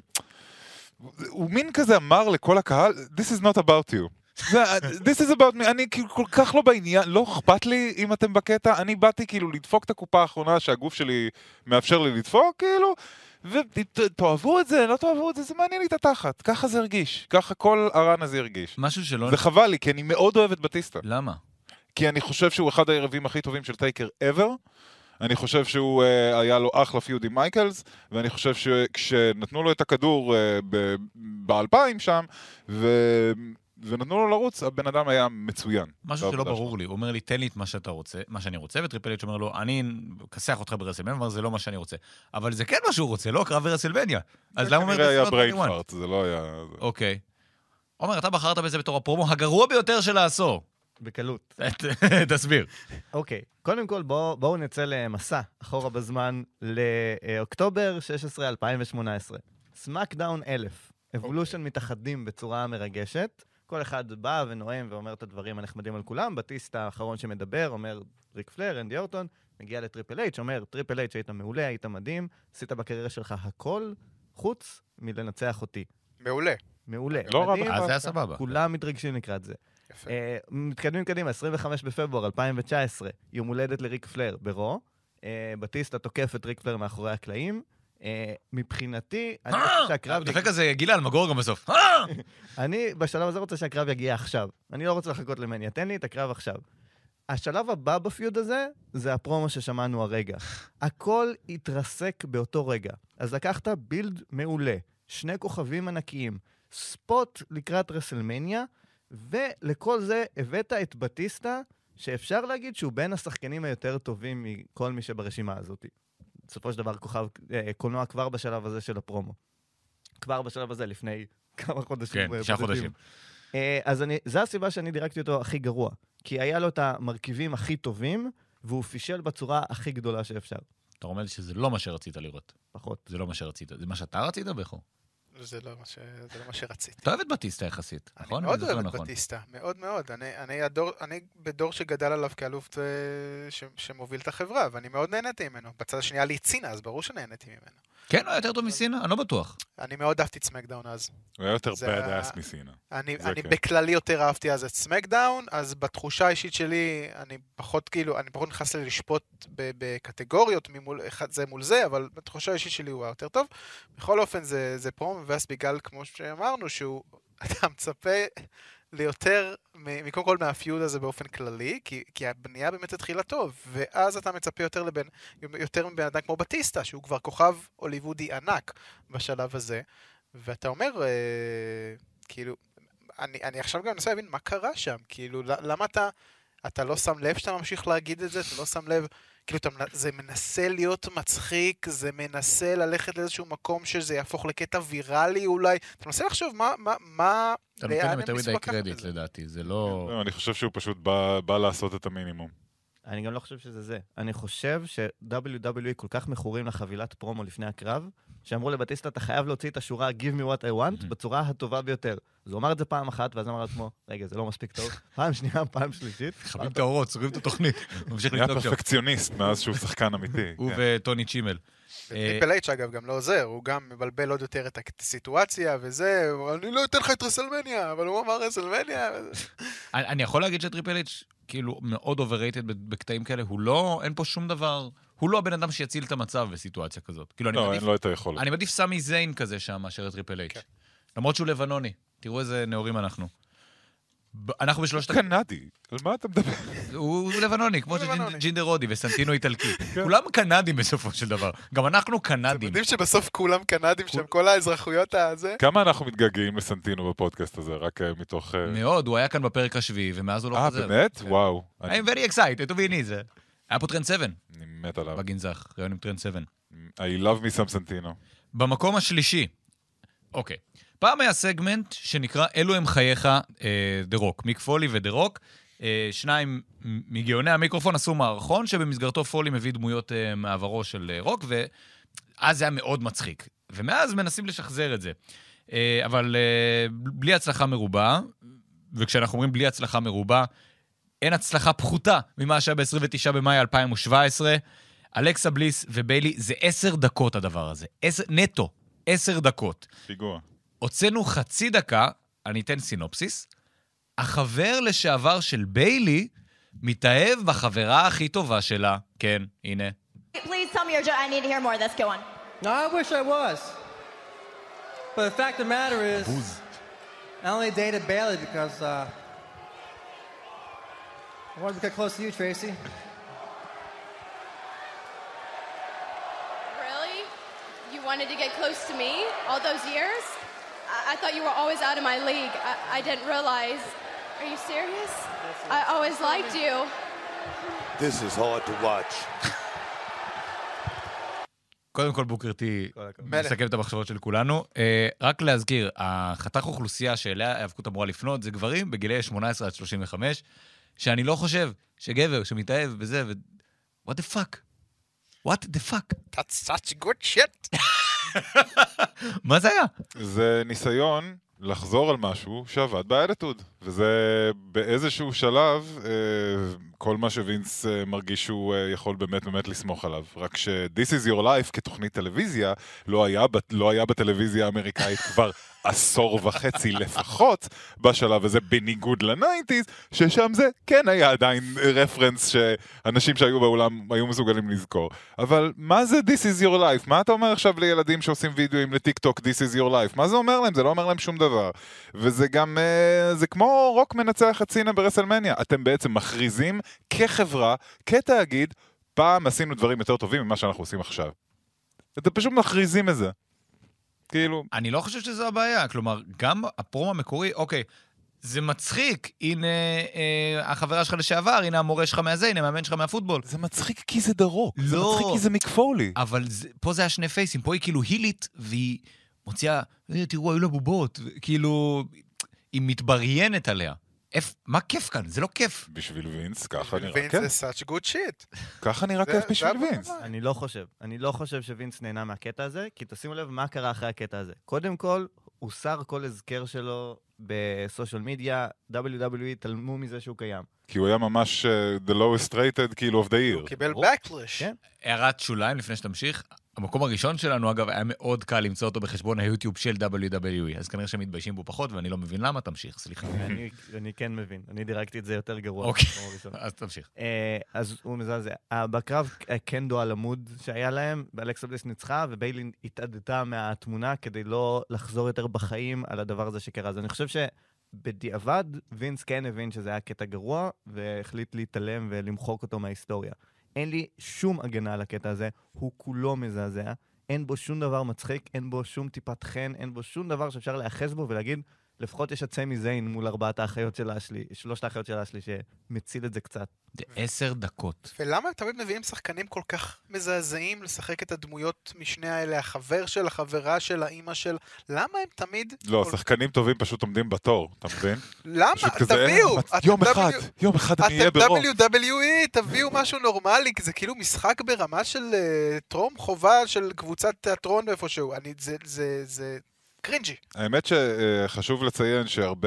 הוא מין כזה אמר לכל הקהל, This is not about you. This is about me, אני כאילו כל כך לא בעניין, לא אכפת לי אם אתם בקטע, אני באתי כאילו לדפוק את הקופה האחרונה שהגוף שלי מאפשר לי לדפוק, כאילו, ותאהבו את זה, לא תאהבו את זה, זה מעניין לי את התחת, ככה זה הרגיש, ככה כל הרן הזה הרגיש. משהו שלא... זה חבל לי, כי אני מאוד אוהב את בטיסטה. למה? כי אני חושב שהוא אחד היריבים הכי טובים של טייקר ever, אני חושב שהוא היה לו אחלה פיוד עם מייקלס, ואני חושב שכשנתנו לו את הכדור ב-2000 שם, ונתנו לו לרוץ, הבן אדם היה מצוין. משהו שלא ברור לי, הוא אומר לי, תן לי את מה שאתה רוצה, מה שאני רוצה, וטריפל אייץ' אומר לו, אני אכסח אותך ברסלמניה, אבל זה לא מה שאני רוצה. אבל זה כן מה שהוא רוצה, לא קרב ברסלמניה. אז למה הוא אומר... זה היה בריינפארט, זה לא היה... אוקיי. עומר, אתה בחרת בזה בתור הפרומו הגרוע ביותר של העשור. בקלות. תסביר. אוקיי, קודם כל בואו נצא למסע אחורה בזמן לאוקטובר 16, 2018. סמאקדאון 1000. אבולושן מתאחדים בצורה מרגשת. כל אחד בא ונואם ואומר את הדברים הנחמדים על כולם. בטיסטה האחרון שמדבר אומר ריק פלר, אנדי אורטון, מגיע לטריפל אייץ', אומר טריפל אייץ' היית מעולה, היית מדהים, עשית בקריירה שלך הכל חוץ מלנצח אותי. מעולה. מעולה. לא רע, אז זה היה סבבה. כולם מתרגשים לקראת זה. מתקדמים קדימה, 25 בפברואר 2019, יום הולדת לריק פלר ברו. בטיסטה תוקף את ריק פלר מאחורי הקלעים. מבחינתי, אני רוצה שהקרב... דופק כזה גילה על מגור גם בסוף. אני בשלב הזה רוצה שהקרב יגיע עכשיו. אני לא רוצה לחכות למניה, תן לי את הקרב עכשיו. השלב הבא בפיוד הזה, זה הפרומו ששמענו הרגע. הכל התרסק באותו רגע. אז לקחת בילד מעולה, 2 כוכבים ענקיים, ספוט לקראת רסלמניה, ולכל זה הבאת את בטיסטה, שאפשר להגיד שהוא בין השחקנים היותר טובים מכל מי שברשימה הזאת. בסופו של דבר קולנוע כבר בשלב הזה של הפרומו. כבר בשלב הזה, לפני כמה חודשים. כן, 9 חודשים. אז זו הסיבה שאני דירקתי אותו הכי גרוע. כי היה לו את המרכיבים הכי טובים, והוא פישל בצורה הכי גדולה שאפשר. אתה אומר לי שזה לא מה שרצית לראות. פחות. זה לא מה שרצית. זה מה שאתה רצית בכו? זה לא מה שרציתי. אתה אוהב את בטיסטה יחסית, נכון? אני מאוד אוהב את בטיסטה, מאוד מאוד. אני בדור שגדל עליו כאלוף שמוביל את החברה, ואני מאוד נהניתי ממנו. בצד השנייה לי צינה, אז ברור שנהניתי ממנו. כן, הוא היה יותר טוב מסינה, אני לא בטוח. אני מאוד אהבתי את סמקדאון אז. הוא היה יותר badass מסינה. אני בכללי יותר אהבתי אז את סמקדאון, אז בתחושה האישית שלי, אני פחות נכנס לשפוט בקטגוריות, זה מול זה, אבל בתחושה האישית שלי הוא היה יותר טוב. בכל אופן, זה פרומו מבאס בגלל, כמו שאמרנו, אתה מצפה ליותר, מקום כל מהפיוד הזה באופן כללי, כי הבנייה באמת התחילה טוב, ואז אתה מצפה יותר מבן אדם כמו בטיסטה, שהוא כבר כוכב הוליוודי ענק בשלב הזה, ואתה אומר, כאילו, אני עכשיו גם מנסה להבין מה קרה שם, כאילו, למה אתה לא שם לב שאתה ממשיך להגיד את זה, אתה לא שם לב, כאילו, זה מנסה להיות מצחיק, זה מנסה ללכת לאיזשהו מקום שזה יהפוך לקטע ויראלי אולי, אתה מנסה לחשוב מה... אתה נותן להם יותר מדי קרדיט לדעתי, זה לא... אני חושב שהוא פשוט בא לעשות את המינימום. אני גם לא חושב שזה זה. אני חושב ש-WWE כל כך מכורים לחבילת פרומו לפני הקרב, שאמרו לבטיסטה, אתה חייב להוציא את השורה Give me what I want בצורה הטובה ביותר. אז הוא אמר את זה פעם אחת, ואז אמר לעצמו, רגע, זה לא מספיק טוב. פעם שנייה, פעם שלישית. חבים את האורות, סוגרים את התוכנית. היה פרפקציוניסט מאז שהוא שחקן אמיתי. הוא וטוני צ'ימל. טריפל אייץ' אגב גם לא עוזר, הוא גם מבלבל עוד יותר את הסיטואציה וזה, אני לא אתן לך את רסלמניה, אבל הוא אמר רסלמניה. אני יכול להגיד שטריפל אייץ' כאילו מאוד overrated בקטעים כאלה, הוא לא, אין פה שום דבר, הוא לא הבן אדם שיציל את המצב בסיטואציה כזאת. לא, אין לו את היכולת. אני מעדיף סמי זיין כזה שם, מאשר את טריפל אייץ'. למרות שהוא לבנוני. תראו איזה נאורים אנחנו. אנחנו בשלושת... הוא קנדי, על מה אתה מדבר? הוא לבנוני, כמו שג'ינדר רודי וסנטינו איטלקי. כולם קנדים בסופו של דבר. גם אנחנו קנדים. אתם יודעים שבסוף כולם קנדים שם, כל האזרחויות הזה? כמה אנחנו מתגעגעים לסנטינו בפודקאסט הזה, רק מתוך... מאוד, הוא היה כאן בפרק השביעי, ומאז הוא לא חוזר. באמת? וואו. I'm very excited to be in it. היה פה טרנד 7. אני מת עליו. בגנזך, ראיון עם טרנד 7. I love me some סנטינו. במקום השלישי. אוקיי. פעם היה סגמנט שנקרא אלו הם חייך דה רוק. מיק פולי ודה רוק. 2 מגאוני המיקרופון עשו מערכון שבמסגרתו פולי מביא דמויות מעברו של רוק, ואז זה היה מאוד מצחיק. ומאז מנסים לשחזר את זה. אבל בלי הצלחה מרובה, וכשאנחנו אומרים בלי הצלחה מרובה, אין הצלחה פחותה ממה שהיה ב-29 במאי 2017. אלכסה בליס וביילי, זה 10 דקות הדבר הזה. נטו, 10 דקות. פיגוע. הוצאנו חצי דקה, אני אתן סינופסיס, החבר לשעבר של ביילי מתאהב בחברה הכי טובה שלה. כן, הנה. Please tell me you're I need to hear more of this. Go on. No, I wish I was. But the fact of the matter is, I only dated Bailey because I wanted to get close to you, Tracy. Really? You wanted to get close to me all those years? I thought you were always out of my league. I didn't realize. Are you serious? I always liked you. This is hard to watch. קודם כל בוקרתי, מסכם את המחשבות של כולנו. רק להזכיר, החתך אוכלוסייה שאליה האבקות אמורה לפנות, זה גברים בגילי 18 עד 35, שאני לא חושב שגבר שמתאהב בזה, what the fuck? What the fuck? That's such good shit. מה זה היה? זה ניסיון לחזור על משהו שעבד באטitude, וזה באיזשהו שלב, כל מה שווינס מרגיש שהוא יכול באמת לסמוך עליו. רק ש-This is your life כתוכנית טלוויזיה, לא היה בטלוויזיה האמריקאית כבר 10.5 לפחות בשלב הזה, בניגוד ל-90s, ששם זה כן היה עדיין רפרנס שאנשים שהיו באולם היו מסוגלים לזכור. אבל מה זה This is your life? מה אתה אומר עכשיו לילדים שעושים וידאוים לטיק-טוק This is your life? מה זה אומר להם? זה לא אומר להם שום דבר. וזה גם, זה כמו רוק מנצח את סינה ברסלמניה. אתם בעצם מכריזים כחברה, כתאגיד, פעם עשינו דברים יותר טובים ממה שאנחנו עושים עכשיו. אתם פשוט מכריזים את זה. כאילו... אני לא חושב שזו הבעיה, כלומר, גם הפרומו המקורי, אוקיי, זה מצחיק, הנה החברה שלך לשעבר, הנה המורה שלך מהזה, הנה המאמן שלך מהפוטבול. זה מצחיק כי זה דרוק, לא, זה מצחיק כי זה מקפולי. אבל פה זה היה שני פייסים, פה היא כאילו הילית, והיא מוציאה, תראו, היו לה בובות, כאילו, היא מתבריינת עליה. מה כיף כאן? זה לא כיף. בשביל וינס, ככה נראה כיף. וינס זה such good shit. ככה נראה כיף בשביל וינס. אני לא חושב שווינס נהנה מהקטע הזה, כי תשימו לב מה קרה אחרי הקטע הזה. קודם כל, הוא שר כל הזכר שלו בסושיאל מדיה, WWE, תלמו מזה שהוא קיים. כי הוא היה ממש the lowest rated כאילו of the year. הוא קיבל backlash. הערת שוליים לפני שתמשיך. המקום הראשון שלנו, אגב, היה מאוד קל למצוא אותו בחשבון היוטיוב של WWE, אז כנראה שהם מתביישים בו פחות, ואני לא מבין למה, תמשיך, סליחה. אני כן מבין, אני דירקתי את זה יותר גרוע. אוקיי, אז תמשיך. אז הוא מזעזע. בקרב קנדו על עמוד שהיה להם, באלכסה בליס ניצחה, וביילי התעדתה מהתמונה כדי לא לחזור יותר בחיים על הדבר הזה שקרה. אז אני חושב שבדיעבד, וינס כן הבין שזה היה קטע גרוע, והחליט להתעלם ולמחוק אותו מההיסטוריה. אין לי שום הגנה על הקטע הזה, הוא כולו מזעזע, אין בו שום דבר מצחיק, אין בו שום טיפת חן, אין בו שום דבר שאפשר לאחז בו ולהגיד, לפחות יש את סמי זיין מול 3 האחיות של אשלי, שמציל את זה קצת. זה 10 דקות. ולמה הם תמיד מביאים שחקנים כל כך מזעזעים לשחק את הדמויות משני האלה, החבר של, החברה של, האמא של, למה הם תמיד... לא, שחקנים טובים פשוט עומדים בתור, אתה מבין? למה? תביאו! יום אחד אני אהיה ברוב. אתם WWE, תביאו משהו נורמלי, כי זה כאילו משחק ברמה של טרום חובה של קבוצת תיאטרון איפשהו. זה קרינג'י. האמת שחשוב לציין שהרבה...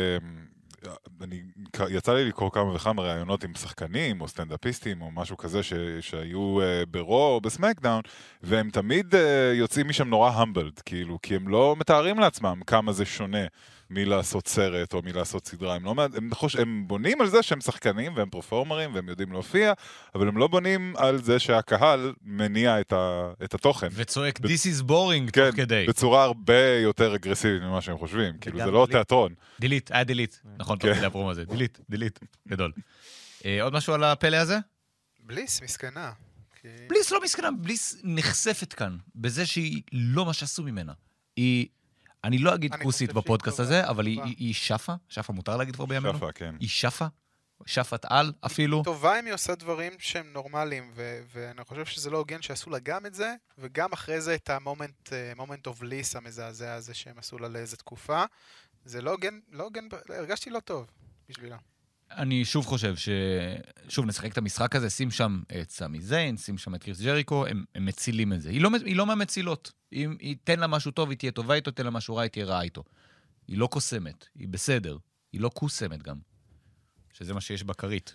יצא לי לקרוא כמה וכמה רעיונות עם שחקנים או סטנדאפיסטים או משהו כזה שהיו ברו או בסמקדאון, והם תמיד יוצאים משם נורא המבלד, כאילו, כי הם לא מתארים לעצמם כמה זה שונה מלעשות סרט או מלעשות סדרה. הם בונים על זה שהם שחקנים והם פרפורמרים והם יודעים להופיע, אבל הם לא בונים על זה שהקהל מניע את התוכן. וצועק, this is boring, תוך כדי. בצורה הרבה יותר אגרסיבית ממה שהם חושבים. כאילו, זה לא תיאטרון. דילית, היה דילית. נכון, תוך כדי הפרום הזה. דילית, גדול. עוד משהו על הפלא הזה? בליס, מסכנה. בליס לא מסכנה, בליס נחשפת כאן, בזה שהיא לא מה שעשו ממנה. אני לא אגיד כוסית בפודקאסט הזה, אבל היא שפה, שפה מותר להגיד כבר בימינו? שפה, כן. היא שפה, שפת על אפילו. היא טובה אם היא עושה דברים שהם נורמליים, ואני חושב שזה לא הוגן שעשו לה גם את זה, וגם אחרי זה את המומנט of bliss המזעזע הזה שהם עשו לה לאיזה תקופה. זה לא הוגן, הרגשתי לא טוב בשבילה. אני שוב חושב שוב נשחק את המשחק הזה, שים שם את סמי זיין, שים שם את קריס ג'ריקו, הם מצילים את זה. היא לא מהמצילות. אם היא תן לה משהו טוב, היא תהיה טובה איתו, תן לה משהו רע, היא תהיה רעה איתו. היא לא קוסמת, היא בסדר. היא לא קוסמת גם. שזה מה שיש בקרית.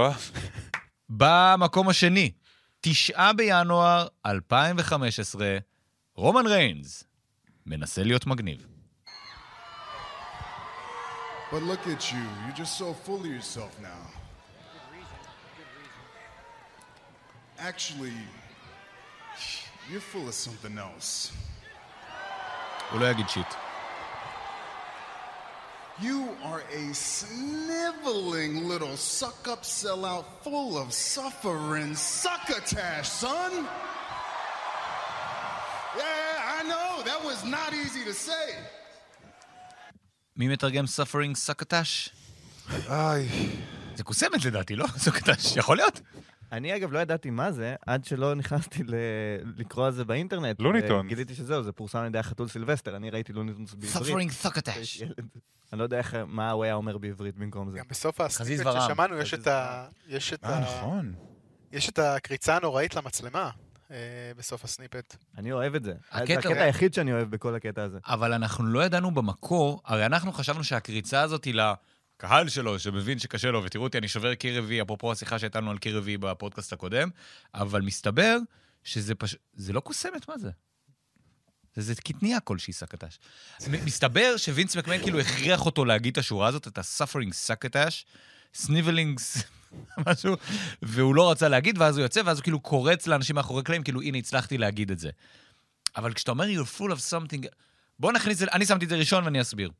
במקום השני, 9 בינואר 2015, רומן ריינס מנסה להיות מגניב. But look at you. You're just so full of yourself now. Actually, you're full of something else. הוא לא יגיד שיט. You are a sniveling little suck-up sellout full of suffering succotash, son. Yeah, I know. That was not easy to say. מי מתרגם suffering succotash? זה קוסמת לדעתי, לא? succotash, יכול להיות? אני אגב לא ידעתי מה זה, עד שלא נכנסתי לקרוא על זה באינטרנט. לוניטונס. גיליתי שזהו, זה פורסם על ידי החתול סילבסטר, אני ראיתי לוניטונס בעברית. suffering succotash. אני לא יודע מה הוא היה אומר בעברית במקום זה. גם בסוף הסניפט ששמענו יש את הקריצה הנוראית למצלמה בסוף הסניפט. אני אוהב את זה. זה הקטע היחיד שאני אוהב בכל הקטע הזה. אבל אנחנו לא ידענו במקור, הרי אנחנו חשבנו שהקריצה הזאת היא לקהל שלו, שמבין שקשה לו, ותראו אותי, אני שובר קיר רביעי, אפרופו השיחה שהייתה לנו על קיר רביעי בפודקאסט הקודם, אבל מסתבר שזה זה לא קוסמת, מה זה? זה קטניה כלשהי סקטש. מסתבר שווינס מקמן כאילו הכריח אותו להגיד את השורה הזאת, את ה-suffering סקטש, snivelings, משהו, והוא לא רצה להגיד, ואז הוא יוצא, ואז הוא כאילו קורץ לאנשים מאחורי קלעים, כאילו, הנה, הצלחתי להגיד את זה. אבל כשאתה אומר, you're full of something, בוא נכניס את זה, אני שמתי את זה ראשון ואני אסביר.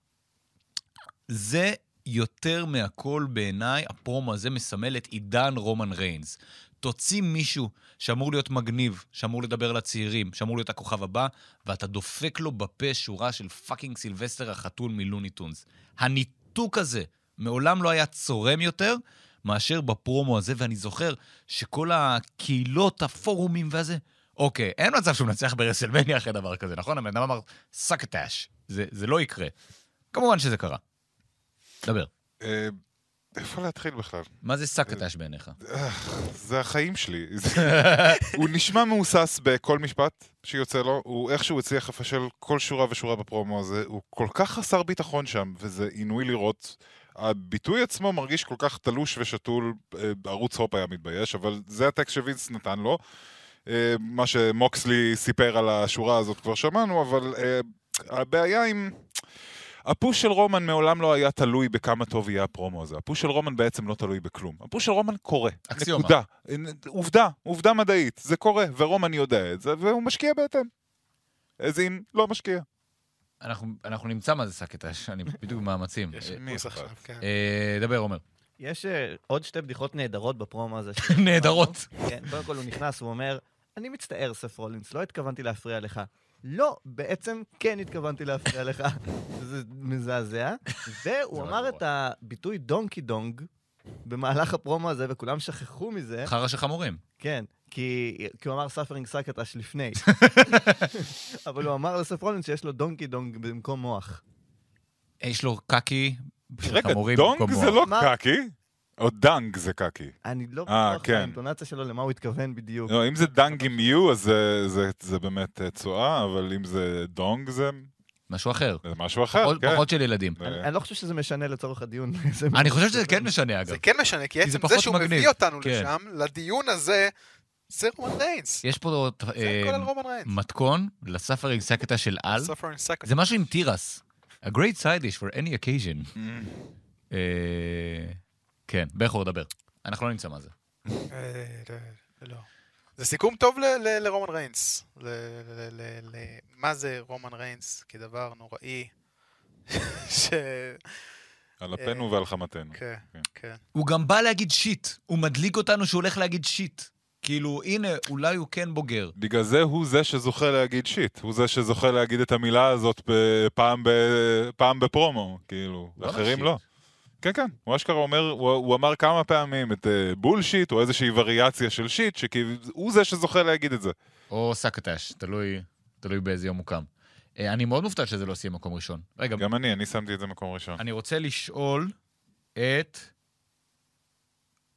זה יותר מהכל בעיניי, הפרומו הזה מסמל את עידן רומן ריינס. תוציא מישהו שאמור להיות מגניב, שאמור לדבר לצעירים, שאמור להיות הכוכב הבא, ואתה דופק לו בפה שורה של פאקינג סילבסטר החתול מלוניטונס. הניתוק הזה מעולם לא היה צורם יותר מאשר בפרומו הזה, ואני זוכר שכל הקהילות, הפורומים והזה, אוקיי, אין מצב שהוא מנצח ברסלמניה אחרי דבר כזה, נכון? הבן אדם אמר, סקטש, זה לא יקרה. כמובן שזה קרה. דבר. איפה להתחיל בכלל? מה זה סקטש בעיניך? זה החיים שלי. הוא נשמע מאוסס בכל משפט שיוצא לו, הוא איכשהו הצליח לפשל כל שורה ושורה בפרומו הזה, הוא כל כך חסר ביטחון שם, וזה עינוי לראות. הביטוי עצמו מרגיש כל כך תלוש ושתול, ערוץ הופ היה מתבייש, אבל זה הטקסט שווינס נתן לו. מה שמוקסלי סיפר על השורה הזאת כבר שמענו, אבל הבעיה עם... הפוש של רומן מעולם לא היה תלוי בכמה טוב יהיה הפרומו הזה. הפוש של רומן בעצם לא תלוי בכלום. הפוש של רומן קורה. אקסיומה. נקודה. עובדה מדעית. זה קורה, ורומן יודע את זה, והוא משקיע בהתאם. איזין לא משקיע. אנחנו נמצא מה זה סקטש, אני בדיוק מאמצים. דבר, עומר. יש עוד שתי בדיחות נהדרות בפרומו הזה. נהדרות. כן, קודם כל הוא נכנס, הוא אומר, אני מצטער, סף רולינס, לא התכוונתי להפריע לך. לא, בעצם כן התכוונתי להפריע לך. זה מזעזע. והוא אמר את הביטוי דונקי דונג במהלך הפרומו הזה, וכולם שכחו מזה. חרא שחמורים. כן, כי הוא אמר סאפרינג סקטש לפני. אבל הוא אמר לסף רולינס שיש לו דונקי דונג במקום מוח. יש לו קקי רגע, דונג זה לא קקי? או דנג זה קקי. אני לא בטוח האינטונציה שלו למה הוא התכוון בדיוק. לא, אם זה דנג עם יו, אז זה באמת צועה, אבל אם זה דונג זה... משהו אחר. זה משהו אחר, כן. פחות של ילדים. אני לא חושב שזה משנה לצורך הדיון. אני חושב שזה כן משנה, אגב. זה כן משנה, כי עצם זה שהוא מביא אותנו לשם, לדיון הזה, זה רומן ריינס. יש פה מתכון לסאפרינג סקטה של על. זה משהו עם טירס. A great side dish for any occasion. כן, בכור דבר. אנחנו לא נמצא מה זה. לא. זה סיכום טוב לרומן ריינס. מה זה רומן ריינס כדבר נוראי. על אפנו ועל חמתנו. כן. הוא גם בא להגיד שיט. הוא מדליק אותנו שהוא הולך להגיד שיט. כאילו, הנה, אולי הוא כן בוגר. בגלל זה הוא זה שזוכה להגיד שיט. הוא זה שזוכה להגיד את המילה הזאת פעם בפרומו. כאילו, אחרים לא. כן, כן. הוא אשכרה אומר, הוא אמר כמה פעמים את בולשיט, או איזושהי וריאציה של שיט, שהוא זה שזוכה להגיד את זה. או סקטש, תלוי באיזה יום הוא קם. אני מאוד מופתע שזה לא סיים מקום ראשון. רגע. גם אני שמתי את זה מקום ראשון. אני רוצה לשאול את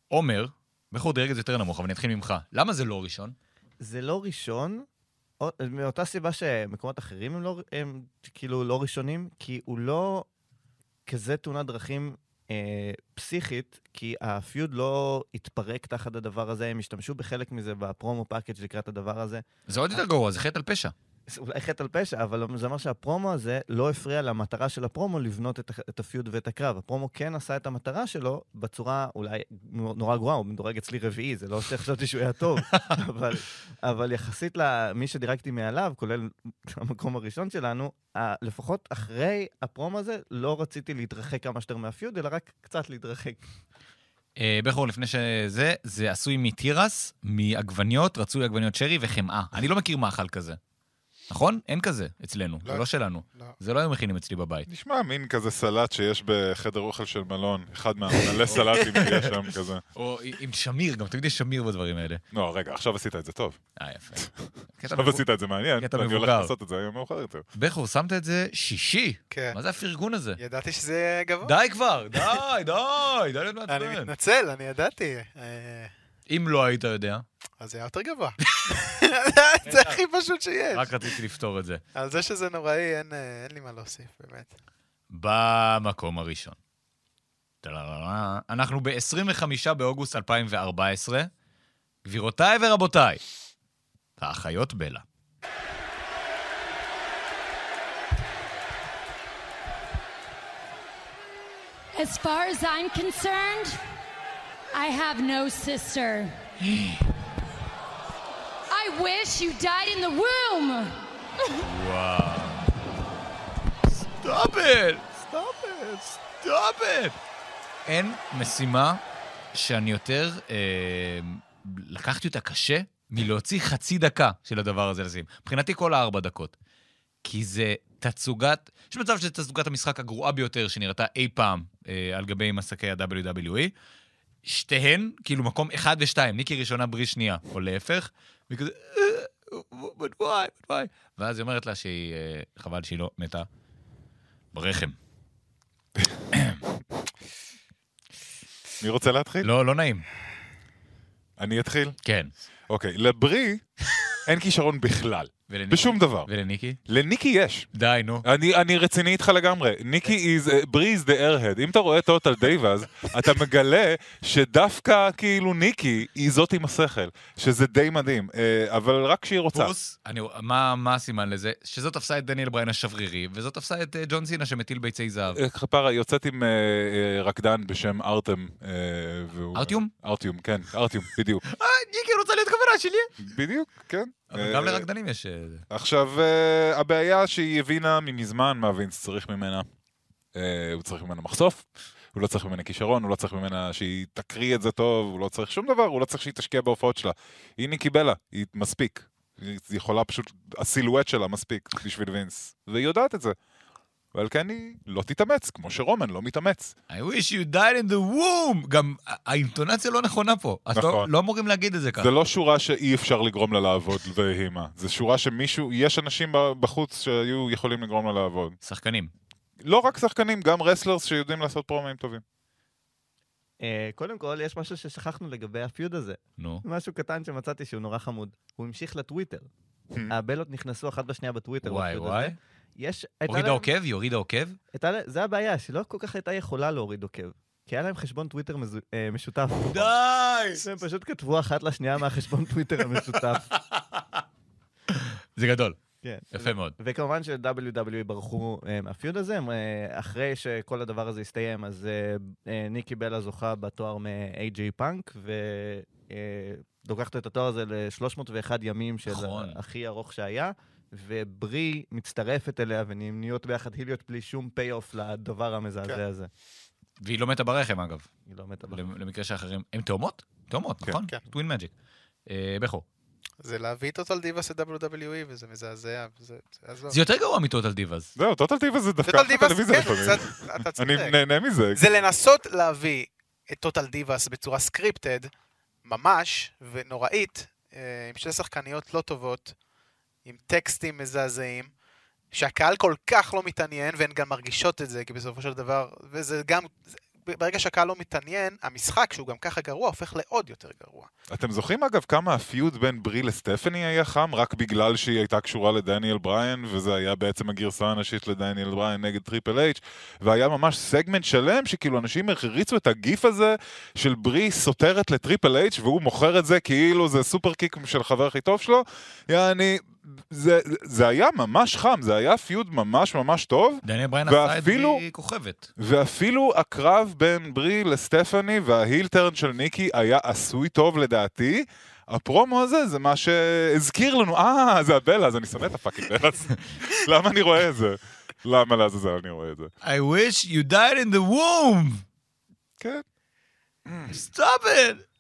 עומר, בחור דירג את זה יותר נמוך, אבל נתחיל ממך. למה זה לא ראשון? זה לא ראשון, מאותה סיבה שמקומות אחרים הם כאילו לא ראשונים, כי הוא לא כזה תאונת דרכים פסיכית, כי הפיוד לא התפרק תחת הדבר הזה, הם השתמשו בחלק מזה בפרומו פאקג' לקראת הדבר הזה. זה עוד יותר גרוע, זה חטא על פשע. אולי חטא על פשע, אבל זה אומר שהפרומו הזה לא הפריע למטרה של הפרומו לבנות את הפיוד ואת הקרב. הפרומו כן עשה את המטרה שלו בצורה אולי נורא גרועה, הוא מדורג אצלי רביעי, זה לא שחשבתי שהוא היה טוב, אבל יחסית למי שדירקתי מעליו, כולל המקום הראשון שלנו, לפחות אחרי הפרומו הזה לא רציתי להתרחק כמה שיותר מהפיוד, אלא רק קצת להתרחק. בחור, לפני שזה, זה עשוי מתירס, מעגבניות, רצוי עגבניות שרי וחמאה. אני לא מכיר מאכל כזה. נכון? אין כזה אצלנו, זה לא שלנו. זה לא היו מכינים אצלי בבית. נשמע מין כזה סלט שיש בחדר אוכל של מלון, אחד מהמנהלי סלטים יש שם כזה. או עם שמיר, גם תמיד יש שמיר בדברים האלה. לא, רגע, עכשיו עשית את זה טוב. יפה. עכשיו עשית את זה מעניין, ואני הולך לעשות את זה היום מאוחר יותר. בחור, שמת את זה שישי. מה זה הפרגון הזה? ידעתי שזה גבוה. די כבר, די להיות מעצבן. אני מתנצל, אני ידעתי. אם לא היית יודע. אז זה היה יותר גבוה. זה הכי פשוט שיש. רק רציתי לפתור את זה. על זה שזה נוראי, אין לי מה להוסיף, באמת. במקום הראשון. אנחנו ב-25 באוגוסט 2014. גבירותיי ורבותיי, האחיות בלה. As far as I'm concerned, I have no sister. I wish you died in the womb. Wow. Stop it! Stop it! Stop it! אין משימה שאני יותר לקחתי אותה קשה מלהוציא חצי דקה של הדבר הזה לשים. מבחינתי כל 4 דקות. כי זה תצוגת, יש מצב שזה תצוגת המשחק הגרועה ביותר שנראתה אי פעם על גבי מסקי ה-WWE. שתיהן, כאילו מקום 1 ו-2, ניקי ראשונה ברי שנייה, או להפך, וכזה, but why? ואז היא אומרת לה שהיא, חבל שהיא לא מתה ברחם. מי רוצה להתחיל? לא נעים. אני אתחיל? כן. אוקיי, לברי אין כישרון בכלל. בשום דבר. ולניקי? לניקי יש. די, נו. אני רציני איתך לגמרי. ניקי ברי is the airhead. אם אתה רואה טוטל דייבאז, אתה מגלה שדווקא כאילו ניקי היא זאת עם השכל, שזה די מדהים, אבל רק כשהיא רוצה. פוס, מה הסימן לזה? שזאת תפסה את דניאל בריין השברירי, וזאת תפסה את ג'ון סינה שמטיל ביצי זהב. חפרה, יוצאת עם רקדן בשם ארטם. ארטיום? ארטיום, כן, ארטיום, בדיוק. ניקי רוצה להיות חברה שלי. בדיוק, כן. אבל גם לרקדנים יש... עכשיו, הבעיה שהיא הבינה ממזמן מה וינס צריך ממנה. הוא צריך ממנה מחשוף, הוא לא צריך ממנה כישרון, הוא לא צריך ממנה שהיא תקריא את זה טוב, הוא לא צריך שום דבר, הוא לא צריך שהיא תשקיע בהופעות שלה. היא ניקי בלה, היא מספיק. היא יכולה פשוט, הסילואט שלה מספיק בשביל וינס, והיא יודעת את זה. אבל כן היא לא תתאמץ, כמו שרומן לא מתאמץ. I wish you died in the womb. גם האינטונציה לא נכונה פה. נכון. לא אמורים להגיד את זה ככה. זה לא שורה שאי אפשר לגרום לה לעבוד והימה. זה שורה שמישהו, יש אנשים בחוץ שהיו יכולים לגרום לה לעבוד. שחקנים. לא רק שחקנים, גם רסלרס שיודעים לעשות פרומים טובים. קודם כל, יש משהו ששכחנו לגבי הפיוד הזה. נו. משהו קטן שמצאתי שהוא נורא חמוד. הוא המשיך לטוויטר. הבלות נכנסו אחת בשנייה בטוויטר. וואי. הורידה עוקב? יורידה עוקב? זה הבעיה, שלא כל כך הייתה יכולה להוריד עוקב. כי היה להם חשבון טוויטר משותף. די! הם פשוט כתבו אחת לשנייה מהחשבון טוויטר המשותף. זה גדול. כן. יפה מאוד. וכמובן ש-WWE ברחו מהפיוד הזה, אחרי שכל הדבר הזה הסתיים, אז ניקי בלה זוכה בתואר מ-AJ פאנק, ולוקחת את התואר הזה ל-301 ימים של הכי ארוך שהיה, וברי מצטרפת אליה ונהיות ביחד היליות בלי שום פי-אוף לדבר המזעזע הזה. והיא לא מתה ברחם, אגב. היא לא מתה ברחם. למקרה שאחרים... הם תאומות? תאומות, נכון? כן. טווין מג'יק. בכור. זה להביא טוטל דיבאס ל-WWE, וזה מזעזע. זה יותר גרוע מטוטל דיבאס. זהו, טוטל דיבאס זה דווקא טלוויזיה לפעמים. אני נהנה מזה. זה לנסות להביא את טוטל דיבאס בצורה סקריפטד, ממש, ונוראית, עם 2 שחקניות לא טובות, עם טקסטים מזעזעים, שהקהל כל כך לא מתעניין, והן גם מרגישות את זה, כי בסופו של דבר, וזה גם, ברגע שהקהל לא מתעניין, המשחק, שהוא גם ככה גרוע, הופך לעוד יותר גרוע. אתם זוכרים אגב כמה הפיוד בין ברי לסטפני היה חם, רק בגלל שהיא הייתה קשורה לדניאל בריין, וזה היה בעצם הגרסה הנשית לדניאל בריין נגד טריפל אייץ', והיה ממש סגמנט שלם, שכאילו אנשים הריצו את הגיף הזה, של ברי סותרת לטריפל אייץ', והוא מוכר את זה כאילו זה סופר קיק של חבר הכי טוב שלו, זה היה ממש חם, זה היה פיוד ממש ממש טוב. דניאל בריין עשה את ברי כוכבת. ואפילו הקרב בין ברי לסטפני וההילטרן של ניקי היה עשוי טוב לדעתי. הפרומו הזה זה מה שהזכיר לנו, זה הבלה, אז אני שונא את הפאקינג בלה. למה אני רואה את זה? למה לעזאזל אני רואה את זה? I wish you died in the womb. כן. Stop it.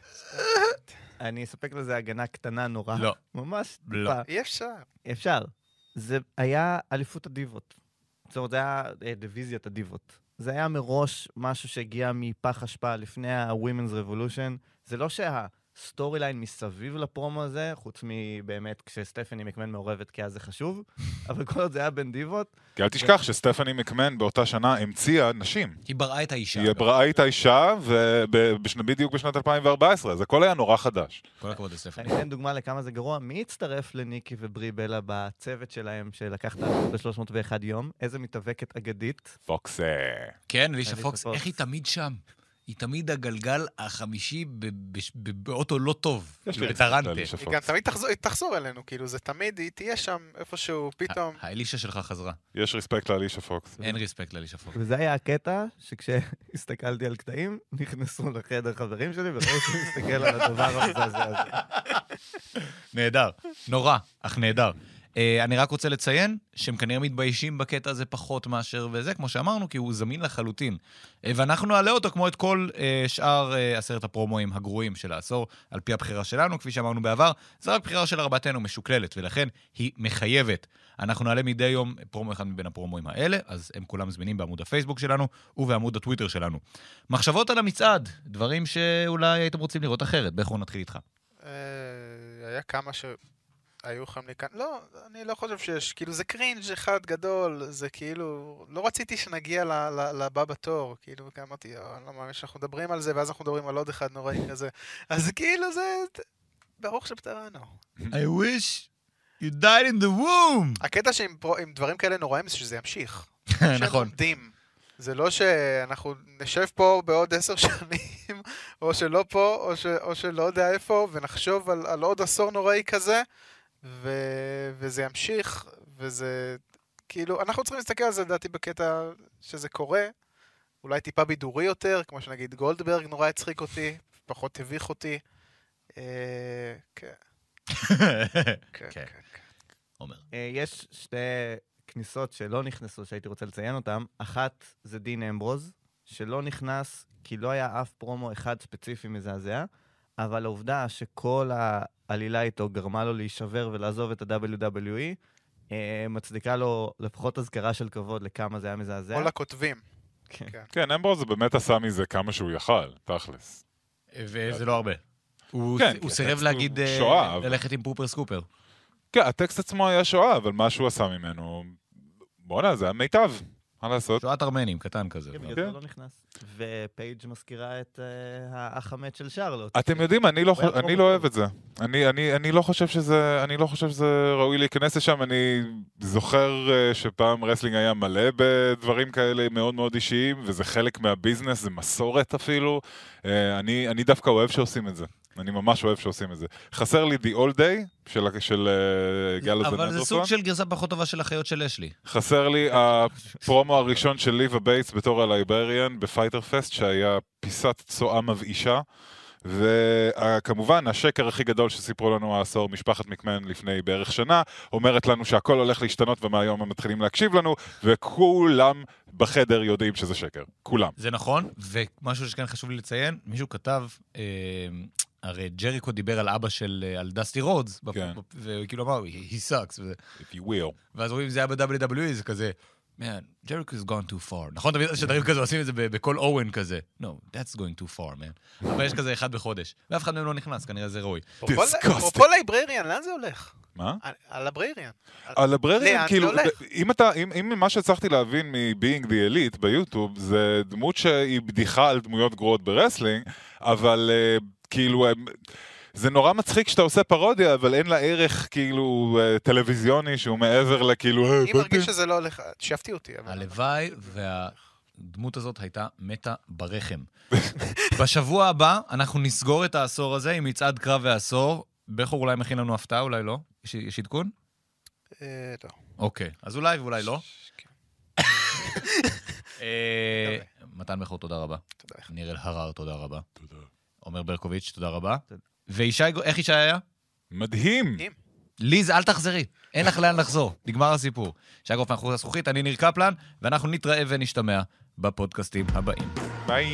אני אספק לזה הגנה קטנה נורא. לא. ממש לא. טיפה. אי אפשר. אפשר. זה היה אליפות הדיבות. זאת אומרת, זה היה דיוויזיית הדיבות. זה היה מראש משהו שהגיע מפח השפעה לפני ה-Women's Revolution. זה לא שהסטורי ליין מסביב לפרומו הזה, חוץ מבאמת כשסטפני מקמן מעורבת, כי אז זה חשוב, אבל כל עוד זה היה בין דיבות. כי אל תשכח שסטפני מקמן באותה שנה המציאה נשים. היא בראה את האישה. היא בראה את האישה, בדיוק בשנת 2014, אז הכל היה נורא חדש. כל הכבוד לסטפני. אני אתן דוגמה לכמה זה גרוע. מי הצטרף לניקי וברי בלה בצוות שלהם שלקח את האליפות ב-301 יום? איזה מתאבקת אגדית? פוקס. כן, אלישה פוקס, איך היא תמיד שם? היא תמיד הגלגל החמישי באוטו לא טוב, בטרנטה. היא גם תמיד תחזור אלינו, כאילו זה תמיד, היא תהיה שם איפשהו פתאום. האלישה שלך חזרה. יש ריספקט לאלישה פוקס. אין ריספקט לאלישה פוקס. וזה היה הקטע שכשהסתכלתי על קטעים, נכנסו לחדר חברים שלי וראו להסתכל על הדבר המזעזע הזה. נהדר, נורא, אך נהדר. אני רק רוצה לציין שהם כנראה מתביישים בקטע הזה פחות מאשר וזה, כמו שאמרנו, כי הוא זמין לחלוטין. ואנחנו נעלה אותו כמו את כל שאר 10 הפרומואים הגרועים של העשור, על פי הבחירה שלנו, כפי שאמרנו בעבר, זה רק בחירה של ארבעתנו משוקללת, ולכן היא מחייבת. אנחנו נעלה מדי יום פרומו אחד מבין הפרומואים האלה, אז הם כולם זמינים בעמוד הפייסבוק שלנו ובעמוד הטוויטר שלנו. מחשבות על המצעד, דברים שאולי הייתם רוצים לראות אחרת. באיכו נתחיל איתך. היה כמה היו יכולים לכאן, לא, אני לא חושב שיש, כאילו זה קרינג' אחד גדול, זה כאילו, לא רציתי שנגיע לבא בתור, כאילו, כי אמרתי, לא מאמין שאנחנו מדברים על זה, ואז אנחנו מדברים על עוד אחד נוראי כזה, אז כאילו זה, ברוך שפטרנו. I wish you died in the womb. הקטע שעם דברים כאלה נוראים זה שזה ימשיך. נכון. זה לא שאנחנו נשב פה בעוד 10 שנים, או שלא פה, או שלא יודע איפה, ונחשוב על עוד עשור נוראי כזה, וזה ימשיך, וזה כאילו, אנחנו צריכים להסתכל על זה, לדעתי, בקטע שזה קורה, אולי טיפה בידורי יותר, כמו שנגיד גולדברג נורא הצחיק אותי, פחות הביך אותי. כן. כן. עומר. יש שתי כניסות שלא נכנסו, שהייתי רוצה לציין אותם. אחת זה דין אמברוז, שלא נכנס, כי לא היה אף פרומו אחד ספציפי מזעזע, אבל העובדה שכל העלילה איתו גרמה לו להישבר ולעזוב את ה-WWE, מצדיקה לו לפחות הזכרה של כבוד לכמה זה היה מזעזע. כל הכותבים. כן, אמברוז באמת עשה מזה כמה שהוא יכל, תכלס. וזה לא הרבה. הוא סירב להגיד, ללכת עם פופר סקופר. כן, הטקסט עצמו היה שואה, אבל מה שהוא עשה ממנו, בוא'נה, זה היה מיטב. מה לעשות? שואת ארמנים, קטן כזה. כן, בגלל זה לא נכנס. ופייג' מזכירה את האח המת של שרלוט. אתם יודעים, אני לא אוהב את זה. אני לא חושב שזה ראוי להיכנס לשם. אני זוכר שפעם רסלינג היה מלא בדברים כאלה מאוד מאוד אישיים, וזה חלק מהביזנס, זה מסורת אפילו. אני דווקא אוהב שעושים את זה. אני ממש אוהב שעושים את זה. חסר לי The All Day של גלוס אבל זה סוג של גרסה פחות טובה של החיות של אשלי. חסר לי הפרומו הראשון של ליבה בייטס בתור הלייבריאן בפייטר פסט, שהיה פיסת צועה מבאישה. וכמובן, השקר הכי גדול שסיפרו לנו העשור, משפחת מקמן לפני בערך שנה, אומרת לנו שהכל הולך להשתנות ומהיום הם מתחילים להקשיב לנו, וכולם בחדר יודעים שזה שקר. כולם. זה נכון, ומשהו שכן חשוב לי לציין, מישהו כתב, הרי ג'ריקו דיבר על אבא על דסטי רודס, וכאילו אמר, he sucks. If you will. ואז רואים, זה היה ב-WWE, זה כזה, man, Jericho has gone too far. נכון, תמיד שדרים כזה עושים את זה בכל אוון כזה. No, that's going too far, man. אבל יש כזה אחד בחודש. ואף אחד מהם לא נכנס, כנראה זה רואי. אפרופו לייברריאן, לאן זה הולך? מה? על הברייריאן. על הברייריאן, כאילו, אם מה שהצלחתי להבין מ-Being the Elite ביוטיוב, זה דמות שהיא בדיחה על דמויות גרועות ברסלינג, אבל כאילו, זה נורא מצחיק שאתה עושה פרודיה, אבל אין לה ערך כאילו טלוויזיוני שהוא מעבר לכאילו... אני מרגיש שזה לא הולך, שפתי אותי. הלוואי והדמות הזאת הייתה מתה ברחם. בשבוע הבא אנחנו נסגור את העשור הזה עם מצעד קרב והעשור. בכור אולי מכין לנו הפתעה, אולי לא? יש עדכון? לא. אוקיי, אז אולי ואולי לא. מתן בכור, תודה רבה. תודה. ניר אלהרר, תודה רבה. תודה. עומר ברקוביץ', תודה רבה. וישי, איך ישי היה? מדהים. ליז, אל תחזרי. אין לך לאן לחזור. נגמר הסיפור. שי גרופמן, חוץ הזכוכית, אני ניר קפלן, ואנחנו נתראה ונשתמע בפודקאסטים הבאים. ביי.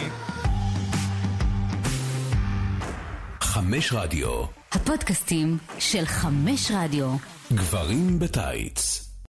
5 רדיו. הפודקאסטים של 5 רדיו. גברים בטייץ.